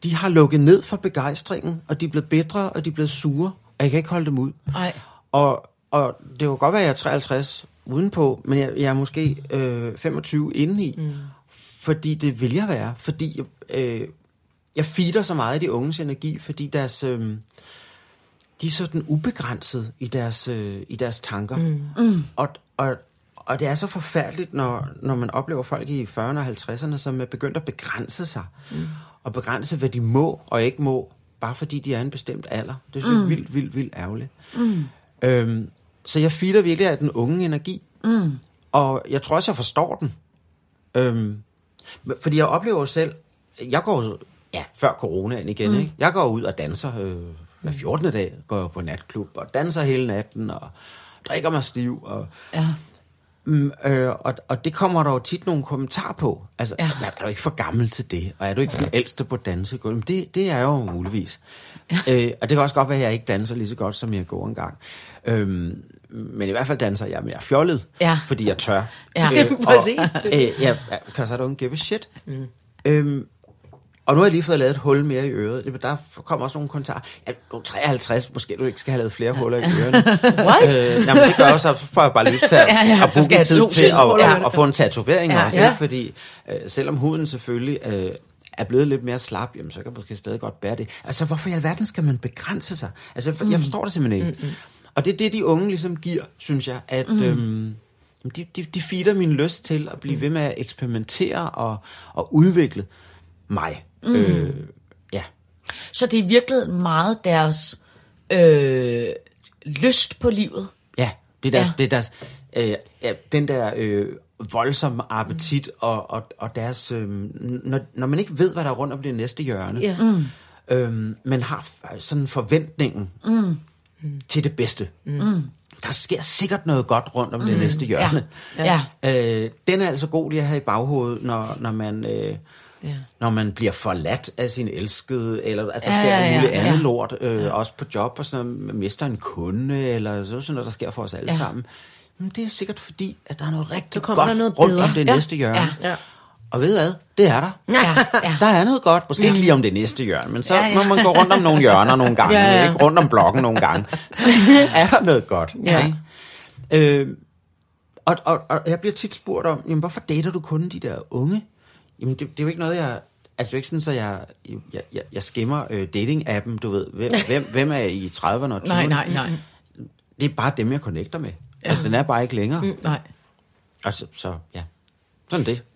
de har lukket ned for begejstringen, og de er blevet bedre, og de er blevet sure, og jeg kan ikke holde dem ud. Nej. Og, og det kan godt være, at jeg er treoghalvtreds udenpå, men jeg, jeg er måske øh, femogtyve indeni, mm. fordi det vil jeg være, fordi øh, jeg feeder så meget i de unges energi, fordi deres, øh, de er sådan ubegrænset i deres, øh, i deres tanker. Mm. Mm. Og, og, og det er så forfærdeligt, når, når man oplever folk i fyrrerne og halvtredserne, som er begyndt at begrænse sig, mm. og begrænse, hvad de må og ikke må, bare fordi de er en bestemt alder. Det er så mm. vildt, vildt, vildt ærgerligt. Mm. Øhm, så jeg feeder virkelig af den unge energi, mm. og jeg tror også, jeg forstår den. Øhm, fordi jeg oplever jo selv, jeg går ja, før coronaen igen, mm. ikke? Jeg går ud og danser øh, hver fjortende dag, går jeg på natklub og danser hele natten og drikker mig stiv. Og, ja. mm, øh, og, og det kommer der jo tit nogle kommentarer på. Altså, ja. Er du ikke for gammel til det? Og er du ikke den ældste på dansegulvet? Det, det er jo muligvis. Ja. Øh, og det kan også godt være, at jeg ikke danser lige så godt, som jeg går engang. Øhm, men i hvert fald danser jeg mere fjollet, ja. fordi jeg tør. Ja, øh, præcis. Og, øh, ja, because I don't give a shit. Mm. Øhm, og nu har jeg lige fået lavet et hul mere i øret. Der kommer også nogle kommentarer. Ja, du er treoghalvtreds, måske du ikke skal have lavet flere huller i ørerne. What? Øh, jamen, det gør også, så får jeg bare lyst til at, ja, ja, at bruge tid til at, ja. at få en tatovering ja, også. Ja. Ikke? Fordi øh, selvom huden selvfølgelig øh, er blevet lidt mere slap, jamen, så kan man måske stadig godt bære det. Altså, hvorfor i alverden skal man begrænse sig? Altså, for, mm. jeg forstår det simpelthen ikke. Mm, mm. Og det er det, de unge ligesom giver, synes jeg, at mm. øhm, de, de, de feeder min lyst til at blive ved med at eksperimentere og, og udvikle mig. Mm. Øh, ja. Så det er i virkeligheden meget deres øh, lyst på livet? Ja, det er deres, ja. det er deres øh, ja, den der øh, voldsomme appetit mm. og, og, og deres, øh, når, når man ikke ved, hvad der er rundt om det næste hjørne, yeah. mm. øh, men har sådan forventningen mm. til det bedste. Mm. Der sker sikkert noget godt rundt om mm. det næste hjørne. Ja. Ja. Øh, den er altså god lige at have i baghovedet, når, når man... Øh, Ja. Når man bliver forladt af sin elskede, eller at der ja, sker ja, ja, muligt andet ja. lort, øh, ja. også på job, og sådan noget, man mister en kunde, eller sådan noget, der sker for os alle ja. sammen. Men det er sikkert fordi, at der er noget rigtig godt noget rundt om det ja. næste hjørne. Ja. Ja. Og ved hvad? Det er der. Ja. Ja. Der er noget godt, måske ikke lige om det næste hjørne, men så ja, ja. når man går rundt om nogle hjørner nogle gange, ja, ja. ikke rundt om blokken nogle gange, så er der noget godt. Ja. Øh, og, og, og jeg bliver tit spurgt om, jamen, hvorfor dater du kun de der unge? Jamen, det, det er jo ikke noget, jeg... Altså, det er ikke sådan, så jeg, jeg, jeg, jeg skimmer øh, dating-appen, du ved. Hvem, hvem, hvem er i trediverne og tyverne? Nej, nej, nej. Det er bare dem, jeg connecter med. Ja. Altså, den er bare ikke længere. Mm, nej. Altså, så ja. Sådan det.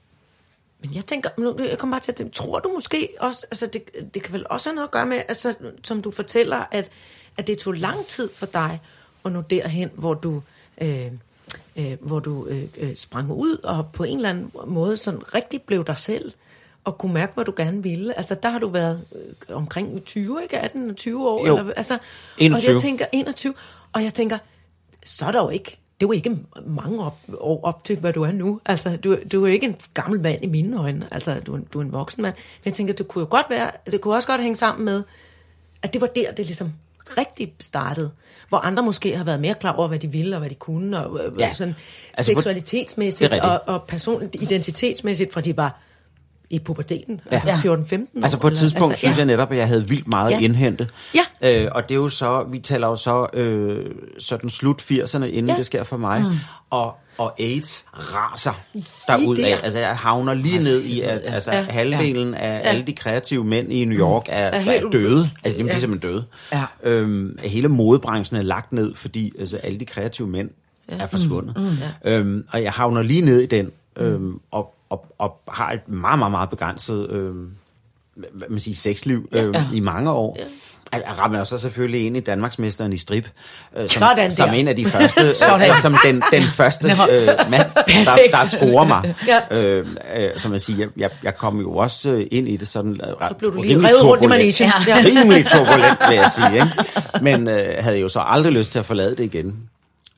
Men jeg tænker... Jeg kommer bare til at... Det, tror du måske også... Altså, det, det kan vel også have noget at gøre med, altså, som du fortæller, at, at det tog lang tid for dig at nå derhen, hvor du... Øh, Øh, hvor du øh, øh, sprang ud og på en eller anden måde sådan rigtig blev dig selv og kunne mærke, hvad du gerne ville. Altså, der har du været øh, omkring tyve, ikke? atten og tyve år? Jo, eller, altså, enogtyve. Og jeg tænker, enogtyve. Og jeg tænker, så er der jo ikke, det er jo ikke mange op, år op til, hvad du er nu. Altså, du, du er jo ikke en gammel mand i mine øjne. Altså, du, du er en voksen mand. Men jeg tænker, det kunne jo godt være, det kunne også godt hænge sammen med, at det var der, det ligesom rigtig startede. Hvor andre måske har været mere klar over, hvad de ville og hvad de kunne, og ja. sådan altså, seksualitetsmæssigt og, og personligt identitetsmæssigt, fra de var i puberteten, ja. altså fjorten femten år. Altså på et tidspunkt altså, synes ja. jeg netop, at jeg havde vildt meget ja. indhentet. Ja. Øh, og det er jo så, vi taler jo så øh, sådan slut firserne, inden ja. det sker for mig. Mm. Og Og AIDS raser derudad. Altså, jeg havner lige ned i, at altså, ja, halvdelen ja, af ja. alle de kreative mænd i New York er, er døde. Altså, de er ja. simpelthen døde. Ja. Øhm, hele modebranchen er lagt ned, fordi altså, alle de kreative mænd ja. er forsvundet. Mm, mm, ja. øhm, og jeg havner lige ned i den, øhm, mm. og, og, og har et meget, meget, meget begrænset øhm, hvad man siger, sexliv øhm, ja. i mange år. Ja. Jeg rammer også selvfølgelig ind i Danmarksmesteren i strip, øh, som, som en af de første, øh, som den, den første øh, mand, der, der scorer mig. Ja. Øh, øh, som jeg siger, jeg, jeg kom jo også ind i det sådan... Så blev du lige revet rundt i manesien. Rimelig turbulent, vil jeg sige. Ikke? Men øh, havde jo så aldrig lyst til at forlade det igen.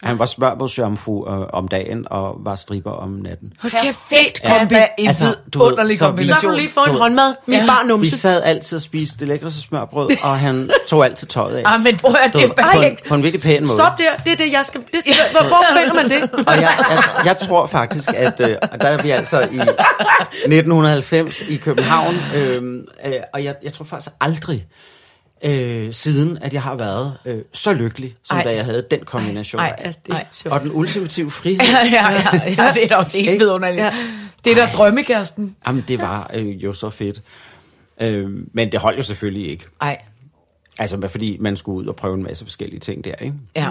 Han var smørbrødsjomfru øh, om dagen og var stripper om natten. Perfekt Ja, kombi. ja, En altså, du ved, underlig så vi- kombination. Så kan du lige få en håndmad med Ja. bare Vi numse. sad altid og spiste det lækreste smørbrød, og han tog altid tøjet af. Ah, men prøv at Du det ved, er på, en, perfekt. på en virkelig pæn måde. Stop der, det er det, jeg skal... Det skal hvor, hvor finder man det? Og jeg, jeg, jeg tror faktisk, at øh, der er vi altså i nitten halvfems i København, øh, øh, og jeg, jeg tror faktisk aldrig øh, siden, at jeg har været øh, så lykkelig, som Ej. da jeg havde den kombination. Nej, altså, det er Ej. sjovt. Og den ultimative frihed, Ja, ja, ja, ja, det er da også helt Ikke? vidunderligt. Ja. Det er der drømmekæresten. jamen det var øh, jo så fedt. Øh, men det holdt jo selvfølgelig ikke. Nej, Altså fordi man skulle ud og prøve en masse forskellige ting der, ikke? ja.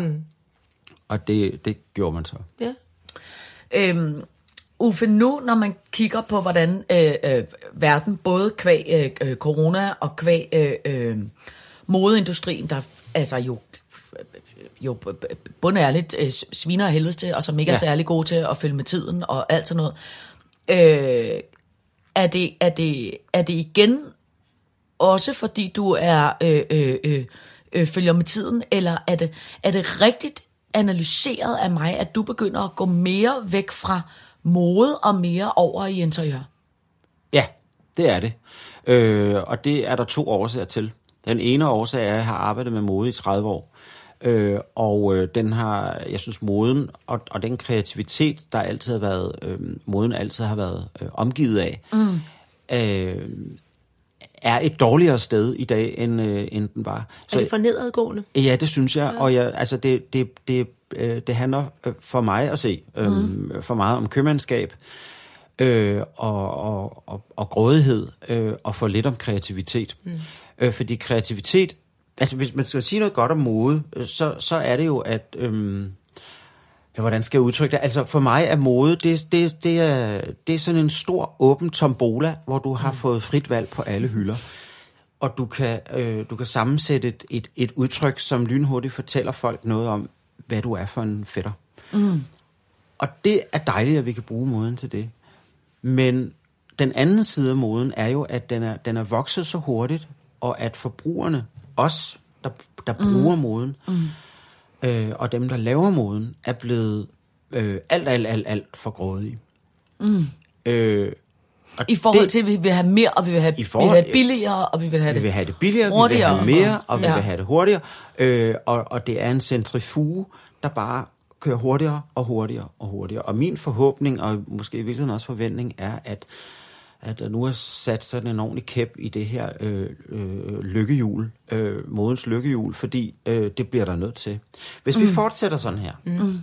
Og det, det gjorde man så. Ja. Øhm, Uffe, nu når man kigger på, hvordan øh, øh, verden, både kvæg øh, corona og kvæg øh, øh, modeindustrien, der altså jo, jo bundærligt øh, sviner af helvede til, og som ikke er Ja. særlig gode til at følge med tiden og alt sådan noget, øh, er, det, er, det, er det igen også fordi du er øh, øh, øh, øh, følger med tiden, eller er det, er det rigtigt analyseret af mig, at du begynder at gå mere væk fra mode og mere over i interiør? Ja, det er det. Øh, og det er der to årsager til. Den ene årsag er, at jeg har arbejdet med mode i tredive år. Øh, og øh, den har, jeg synes, moden og, og den kreativitet, der altid har været, øh, moden altid har været øh, omgivet af, mm. øh, er et dårligere sted i dag, end, øh, end den var. Er det for nedadgående? Ja, det synes jeg, ja. Og jeg, altså det, det, det, øh, det handler øh, for mig at se øh, mm. for meget om købmandskab øh, og, og, og, og grådighed øh, og for lidt om kreativitet. Mm. Øh, fordi kreativitet, altså hvis man skal sige noget godt om mode, øh, så, så er det jo, at... Øh, ja, hvordan skal jeg udtrykke det? Altså for mig er mode, det, det, det, er, det er sådan en stor åben tombola, hvor du har mm. fået frit valg på alle hylder. Og du kan, øh, du kan sammensætte et, et, et udtryk, som lynhurtigt fortæller folk noget om, hvad du er for en fætter. Mm. Og det er dejligt, at vi kan bruge moden til det. Men den anden side af moden er jo, at den er, den er vokset så hurtigt, og at forbrugerne, os, der, der mm. bruger moden, mm. øh, og dem, der laver moden, er blevet øh, alt, alt, alt, alt for grådige. Mm. Øh, Og I forhold det, til, at vi vil have mere, og vi vil have, forhold, vi vil have billigere, og vi vil have vi det vil have det billigere, hurtigere, vi vil have mere, og vi ja. vil have det hurtigere. Øh, og, og det er en centrifuge, der bare kører hurtigere og hurtigere og hurtigere. Og min forhåbning, og måske i virkeligheden også forventning, er, at, at der nu er sat sådan en ordentlig kæp i det her øh, øh, lykkehjul, øh, modens lykkehjul, fordi øh, det bliver der nødt til. Hvis mm. vi fortsætter sådan her, mm.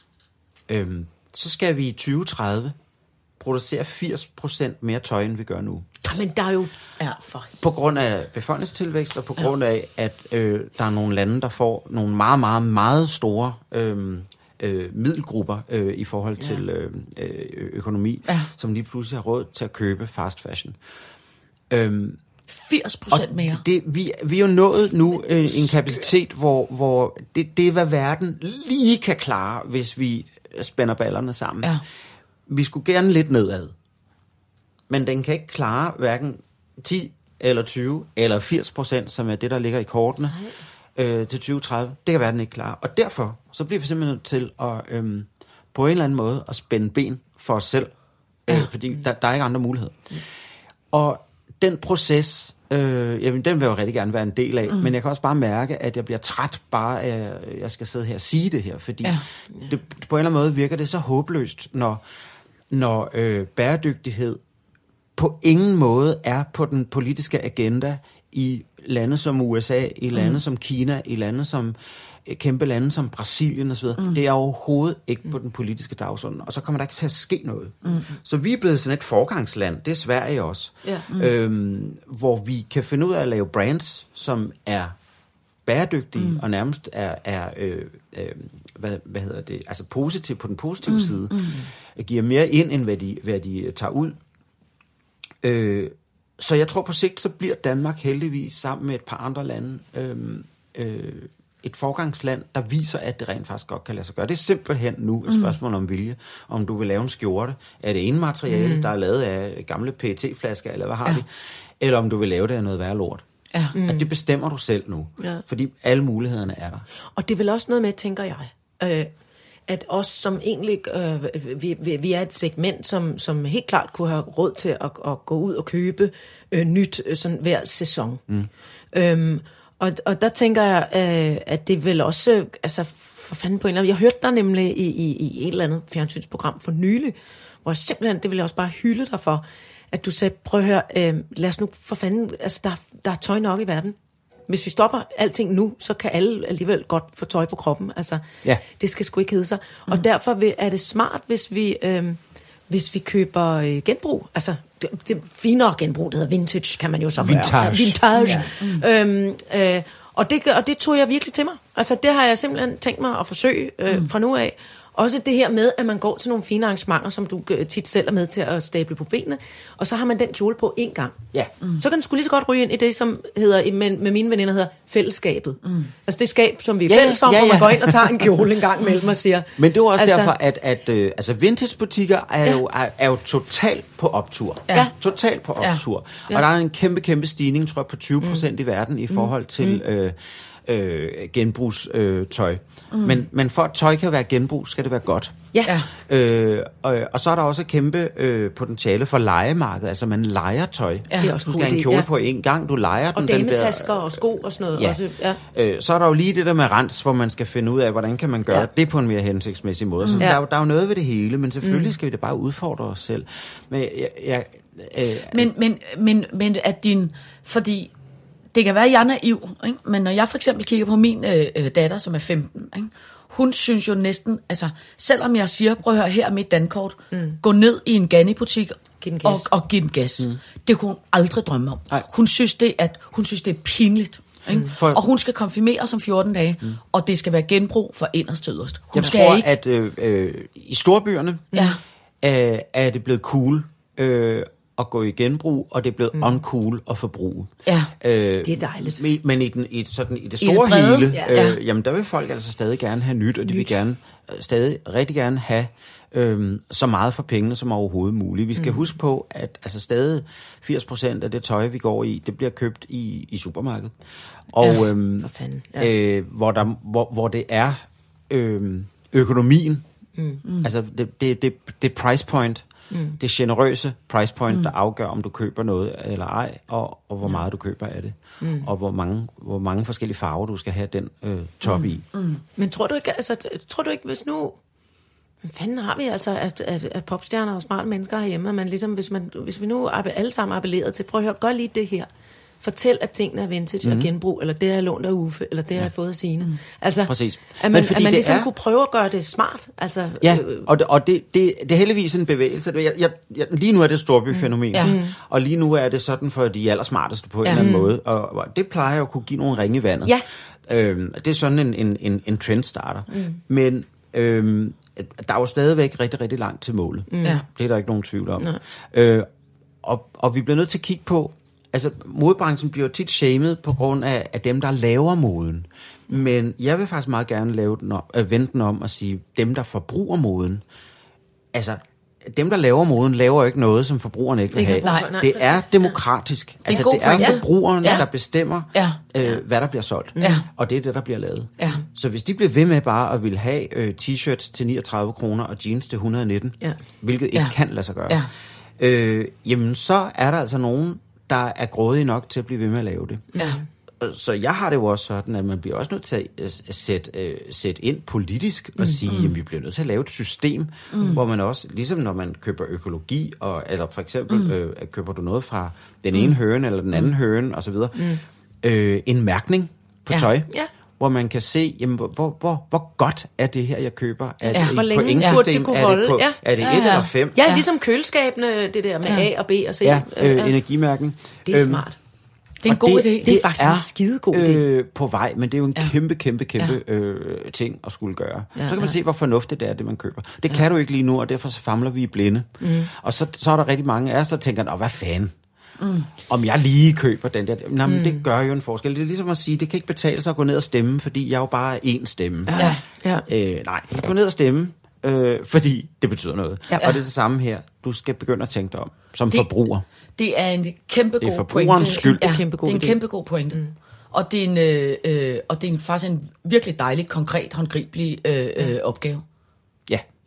øh, så skal vi i tyve tredive producere firs procent mere tøj, end vi gør nu. Men der er jo... Ja, for... På grund af befolkningstilvækst, og på grund af, at øh, der er nogle lande, der får nogle meget, meget, meget store øh, øh, middelgrupper øh, i forhold ja. til øh, økonomi, ja. som lige pludselig har råd til at købe fast fashion. Øhm, firs procent mere. Det, vi, vi er jo nået nu øh, en kapacitet, hvor, hvor det, det er, hvad verden lige kan klare, hvis vi spænder ballerne sammen. Ja. Vi skulle gerne lidt nedad. Men den kan ikke klare hverken ti eller tyve eller firs procent, som er det, der ligger i kortene, øh, til tyve tredive. Det kan verden ikke klare. Og derfor så bliver vi simpelthen nødt til at øh, på en eller anden måde at spænde ben for os selv. Øh, ja. Fordi der, der er ikke andre muligheder. Mm. Og den proces, øh, jamen, den vil jeg jo rigtig gerne være en del af. Mm. Men jeg kan også bare mærke, at jeg bliver træt bare af, at jeg skal sidde her og sige det her. Fordi ja. det, på en eller anden måde virker det så håbløst, når, når øh, bæredygtighed på ingen måde er på den politiske agenda i lande som U S A, i lande mm. som Kina, i lande som kæmpe lande som Brasilien osv. Mm. Det er overhovedet ikke mm. på den politiske dagsorden, og så kommer der ikke til at ske noget. Mm. Så vi er blevet sådan et forgangsland, det er Sverige også, ja. mm. øhm, hvor vi kan finde ud af at lave brands, som er bæredygtige mm. og nærmest er, er øh, øh, hvad, hvad hedder det, altså positiv på den positive mm. side, mm. giver mere ind, end hvad de, hvad de tager ud. Øh, så jeg tror på sigt, så bliver Danmark heldigvis sammen med et par andre lande øh, øh, et forgangsland, der viser, at det rent faktisk godt kan lade sig gøre. Det er simpelthen nu et spørgsmål om vilje. Om du vil lave en skjorte af det ene materiale, mm. der er lavet af gamle P E T-flasker, eller hvad har ja. de, eller om du vil lave det af noget værre lort. Ja. Mm. Og det bestemmer du selv nu, ja. fordi alle mulighederne er der. Og det er vel også noget med, tænker jeg, øh, at os som egentlig, øh, vi, vi, vi er et segment, som, som helt klart kunne have råd til at, at gå ud og købe øh, nyt øh, sådan hver sæson. Mm. Øhm, og, og der tænker jeg, øh, at det vil også, øh, altså for fanden på en eller anden, jeg hørte dig nemlig i, i, i et eller andet fjernsynsprogram for nylig, hvor jeg simpelthen, det vil jeg også bare hylde dig for, at du sagde, prøv at høre, øh, lad os nu for fanden, altså der, der er tøj nok i verden. Hvis vi stopper alting nu, så kan alle alligevel godt få tøj på kroppen. Altså, ja. Det skal sgu ikke hedde sig. Mm. Og derfor vil, er det smart, hvis vi, øh, hvis vi køber øh, genbrug. Altså, det, det finere genbrug, det hedder vintage, kan man jo så vintage. Gøre. Vintage. Ja. Mm. Øhm, øh, og, det, og det tog jeg virkelig til mig. Altså, det har jeg simpelthen tænkt mig at forsøge øh, mm. fra nu af. Også det her med, at man går til nogle fine arrangementer, som du tit selv er med til at stable på benene, og så har man den kjole på én gang. Ja. Mm. Så kan den sgu lige så godt ryge ind i det, som hedder, med, med mine veninder hedder fællesskabet. Mm. Altså det skab, som vi er ja, fælles om, ja, ja. Hvor man går ind og tager en kjole en gang mellem og siger... Men det er også altså, derfor, at, at øh, altså vintagebutikker er, ja. jo, er, er jo totalt på optur. Ja. Totalt på optur. Ja. Og der er en kæmpe, kæmpe stigning, tror jeg, på tyve procent mm. i verden i forhold til... Mm. Øh, Øh, genbrugstøj. Øh, mm. men, men for at tøj kan være genbrug, skal det være godt. Ja. Øh, og, og så er der også et kæmpe øh, potentiale for lejemarkedet. Altså man lejer tøj. Ja. Det er også du skal have en kjole ja. på en gang, du lejer og den. Og dametasker og sko og sådan noget. Ja. Også, ja. Øh, så er der jo lige det der med rens, hvor man skal finde ud af, hvordan kan man gøre ja. det på en mere hensigtsmæssig måde. Så mm. der, er jo, der er jo noget ved det hele, men selvfølgelig mm. skal vi da bare udfordre os selv. Men, jeg, jeg, øh, men, men, men, men at din... Fordi... Det kan være, at jeg er naiv, ikke? Men når jeg for eksempel kigger på min øh, datter, som er femten, ikke? Hun synes jo næsten, altså selvom jeg siger, prøv at høre, her er mit dankort, mm. gå ned i en Ganni-butik og, og giv den gas. Mm. Det kunne hun aldrig drømme om. Ej. Hun synes, det er, hun synes, det er pinligt. Ikke? Mm. For... Og hun skal konfirmeres om fjorten dage, mm. og det skal være genbrug fra inderst til yderst. Hun jeg skal tror, ikke... at øh, øh, i storbyerne ja. øh, er det blevet cool... Øh, at gå i genbrug, og det er blevet mm. uncool at forbruge. Ja, øh, det er dejligt. Men, men i, den, i, sådan, i det store I det hele, ja. øh, jamen der vil folk altså stadig gerne have nyt, og de nyt. vil gerne stadig rigtig gerne have øh, så meget for pengene som overhovedet muligt. Vi skal mm. huske på, at altså stadig firs procent af det tøj, vi går i, det bliver købt i, i supermarkedet. Og ja, øh, ja. øh, hvor, der, hvor, hvor det er øh, økonomien, mm. altså det, det, det, det price point, Mm. det generøse price point, mm. der afgør, om du køber noget eller ej, og, og hvor meget du køber af det, mm. og hvor mange, hvor mange forskellige farver du skal have den øh, top mm. i. Mm. Men tror du ikke, altså, tror du ikke, hvis nu, hvad fanden har vi altså, at, at, at popstjerner og smarte mennesker herhjemme, at man ligesom, hvis, man, hvis vi nu alle sammen appellerede til, prøv at høre, gør lige det her. Fortæl, at tingene er vintage mm. og genbrug, eller det har jeg lånt af Uffe, eller det har ja. jeg fået af Signe. Mm. Altså, præcis. At man, at man ligesom er... kunne prøve at gøre det smart. Altså, ja, og, det, og det, det, det er heldigvis en bevægelse. Jeg, jeg, jeg, lige nu er det et storbyfænomen, mm. ja. og lige nu er det sådan for de allersmarteste på en ja. eller anden måde. Og, og det plejer jo at kunne give nogle ringe i vandet. Ja. Øhm, det er sådan en, en, en, en trendstarter. Mm. Men øhm, der er jo stadigvæk rigtig, rigtig langt til målet. Mm. Det er der ikke nogen tvivl om. Øh, og, og vi bliver nødt til at kigge på, altså, modebranchen bliver tit shamed på grund af, af dem, der laver moden. Men jeg vil faktisk meget gerne lave den om, øh, vente den om og sige, dem, der forbruger moden, altså, dem, der laver moden, laver ikke noget, som forbrugerne ikke vil have. Nej, nej, det er demokratisk. Ja. Altså, det er, det er forbrugerne, ja. der bestemmer, ja. øh, hvad der bliver solgt. Ja. Og det er det, der bliver lavet. Ja. Så hvis de bliver ved med bare at vil have øh, t-shirts til niogtredive kroner og jeans til et hundrede og nitten, ja. hvilket ikke ja. kan lade sig gøre, ja. øh, jamen, så er der altså nogen, der er grådige nok til at blive ved med at lave det. Ja. Så jeg har det jo også sådan, at man bliver også nødt til at sætte, uh, sætte ind politisk og mm, sige, mm. at vi bliver nødt til at lave et system, mm. hvor man også, ligesom når man køber økologi, og, eller for eksempel mm. øh, køber du noget fra den ene mm. høne eller den anden mm. høne osv., mm. øh, en mærkning på ja. tøj. Ja. Hvor man kan se, jamen, hvor, hvor, hvor godt er det her, jeg køber? Er ja, det hvor længe pointsystem? Det kunne holde? Er det, på, ja. er det ja, et ja. eller fem? Ja, ligesom køleskabene, det der med ja. A og B og C. Ja, øh, ja. energimærken. Det er øhm, smart. Det er en god det, idé. Det er faktisk er, en skidegod idé. Øh, på vej, men det er jo en ja. kæmpe, kæmpe, kæmpe ja. øh, ting at skulle gøre. Ja, så kan man ja. se, hvor fornuftigt det er, det man køber. Det ja. kan du ikke lige nu, og derfor så famler vi i blinde. Mm. Og så, så er der rigtig mange af os, der tænker, hvad fanden? Mm. Om jeg lige køber den der. Nå, men mm. det gør jo en forskel. Det er ligesom at sige, det kan ikke betale sig at gå ned og stemme, fordi jeg er jo bare én stemme. Ja. Ja. Øh, nej, jeg gå ned og stemme, øh, fordi det betyder noget. Ja. Og det er det samme her. Du skal begynde at tænke dig om, som det, forbruger. Det er en kæmpe god pointe. Det er forbrugerens skyld. Ja, det er en kæmpe god pointe. Mm. Og det er en, øh, øh, og det er en, faktisk en virkelig dejlig, konkret, håndgribelig øh, øh, opgave.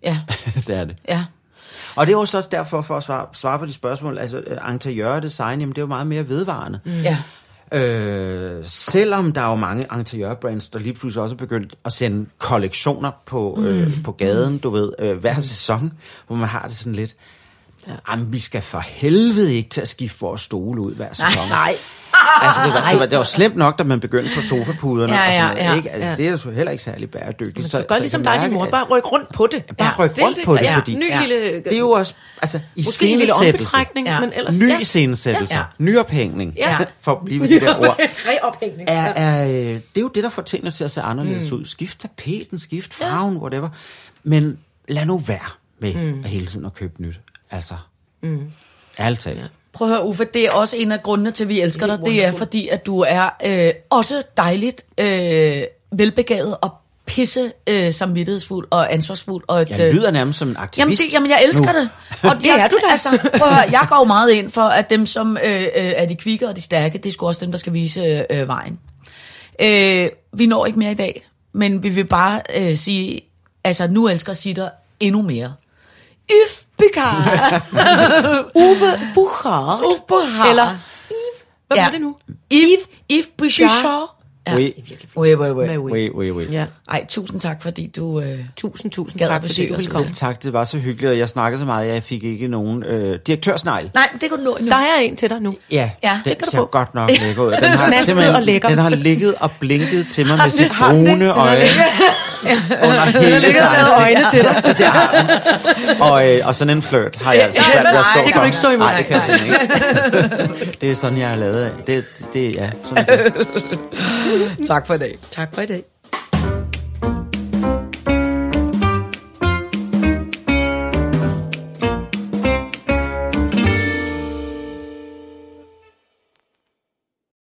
Ja. Det er det. Ja. Og det er jo så derfor, for at svare, svare på de spørgsmål, altså interiør design, jamen det er jo meget mere vedvarende. Mm. Ja. Øh, selvom der er jo mange interiørbrands, der lige pludselig også er begyndt at sende kollektioner på, mm. øh, på gaden, du ved, øh, hver sæson, hvor man har det sådan lidt, ja. Jamen, vi skal for helvede ikke til at skifte vores stole ud hver sæson. Nej, nej. Altså, det var, det, var, det var slemt nok, da man begyndte på sofapuderne. Ja, ja, og sådan noget, ja, ikke? Altså, ja. det er jo heller ikke særlig bæredygtigt. Men så, du gør så ligesom dig, din mor. at- Bare ryk rundt på det. Bare ryk Stil rundt på det, ja. fordi- Ny Ja. lille... Det er jo også, altså, i Måske en lille ombetrækning, Ja. men ellers... ny ja. iscenesættelse, Ja. ja. nyophængning, Ja. for at blive ved det der ord, Reophængning. er, er, øh, det er jo det, der får tingene til at se anderledes mm. ud. Skift tapeten, skift farven, ja. whatever. Men lad nu være med mm. at hele tiden at købe nyt. Altså, mm. ærligt talt. Ja. Prøv at høre, Uffe, det er også en af grundene til, at vi elsker dig. Det er fordi, at du er øh, også dejligt øh, velbegavet og pisse øh, samvittighedsfuld og ansvarsfuld. Og et, Jeg lyder nærmest som en aktivist. Jamen, det, jamen jeg elsker nu. det. Og det er du da. Altså, prøv at høre, jeg går jo meget ind for, at dem, som øh, øh, er de kvikke og de stærke, det er sgu også dem, der skal vise øh, vejen. Øh, vi når ikke mere i dag, men vi vil bare øh, sige, altså nu elsker Sitter endnu mere. Yves Buchard. Uwe Buchard. Uwe Buchard. Eller Yves. Hvad Ja. var det nu? Yves, Yves Buchard. Ja. Oui, Oui, oui, oui. Med oui, oui, oui. Ja. Ej, tusind tak, fordi du... Øh, Tusind, tusind Gad at tak, fordi besøge du os. ville komme. Selv tak, det var så hyggeligt, og jeg snakkede så meget, at jeg fik ikke nogen øh, direktørsnegl. nej, det kan du nå endnu. Der er en til dig nu. Ja, Ja, den det kan du ser få. godt nok lækker ud. Den har Smasket simpelthen- og lækker. Den har ligget og blinket til mig med sit har den det? brune Den har øje under hele ligget og lavet sig. øjne til dig. Det har den. Og, øh, og sådan en flirt har jeg altså Ja, svært ved at nej, stå det kan for. du ikke stå imod. Nej, det kan jeg simpelthen ikke. Det er sådan, jeg er lavet af. Det, det ja, sådan. Tak for i dag. Tak for i dag.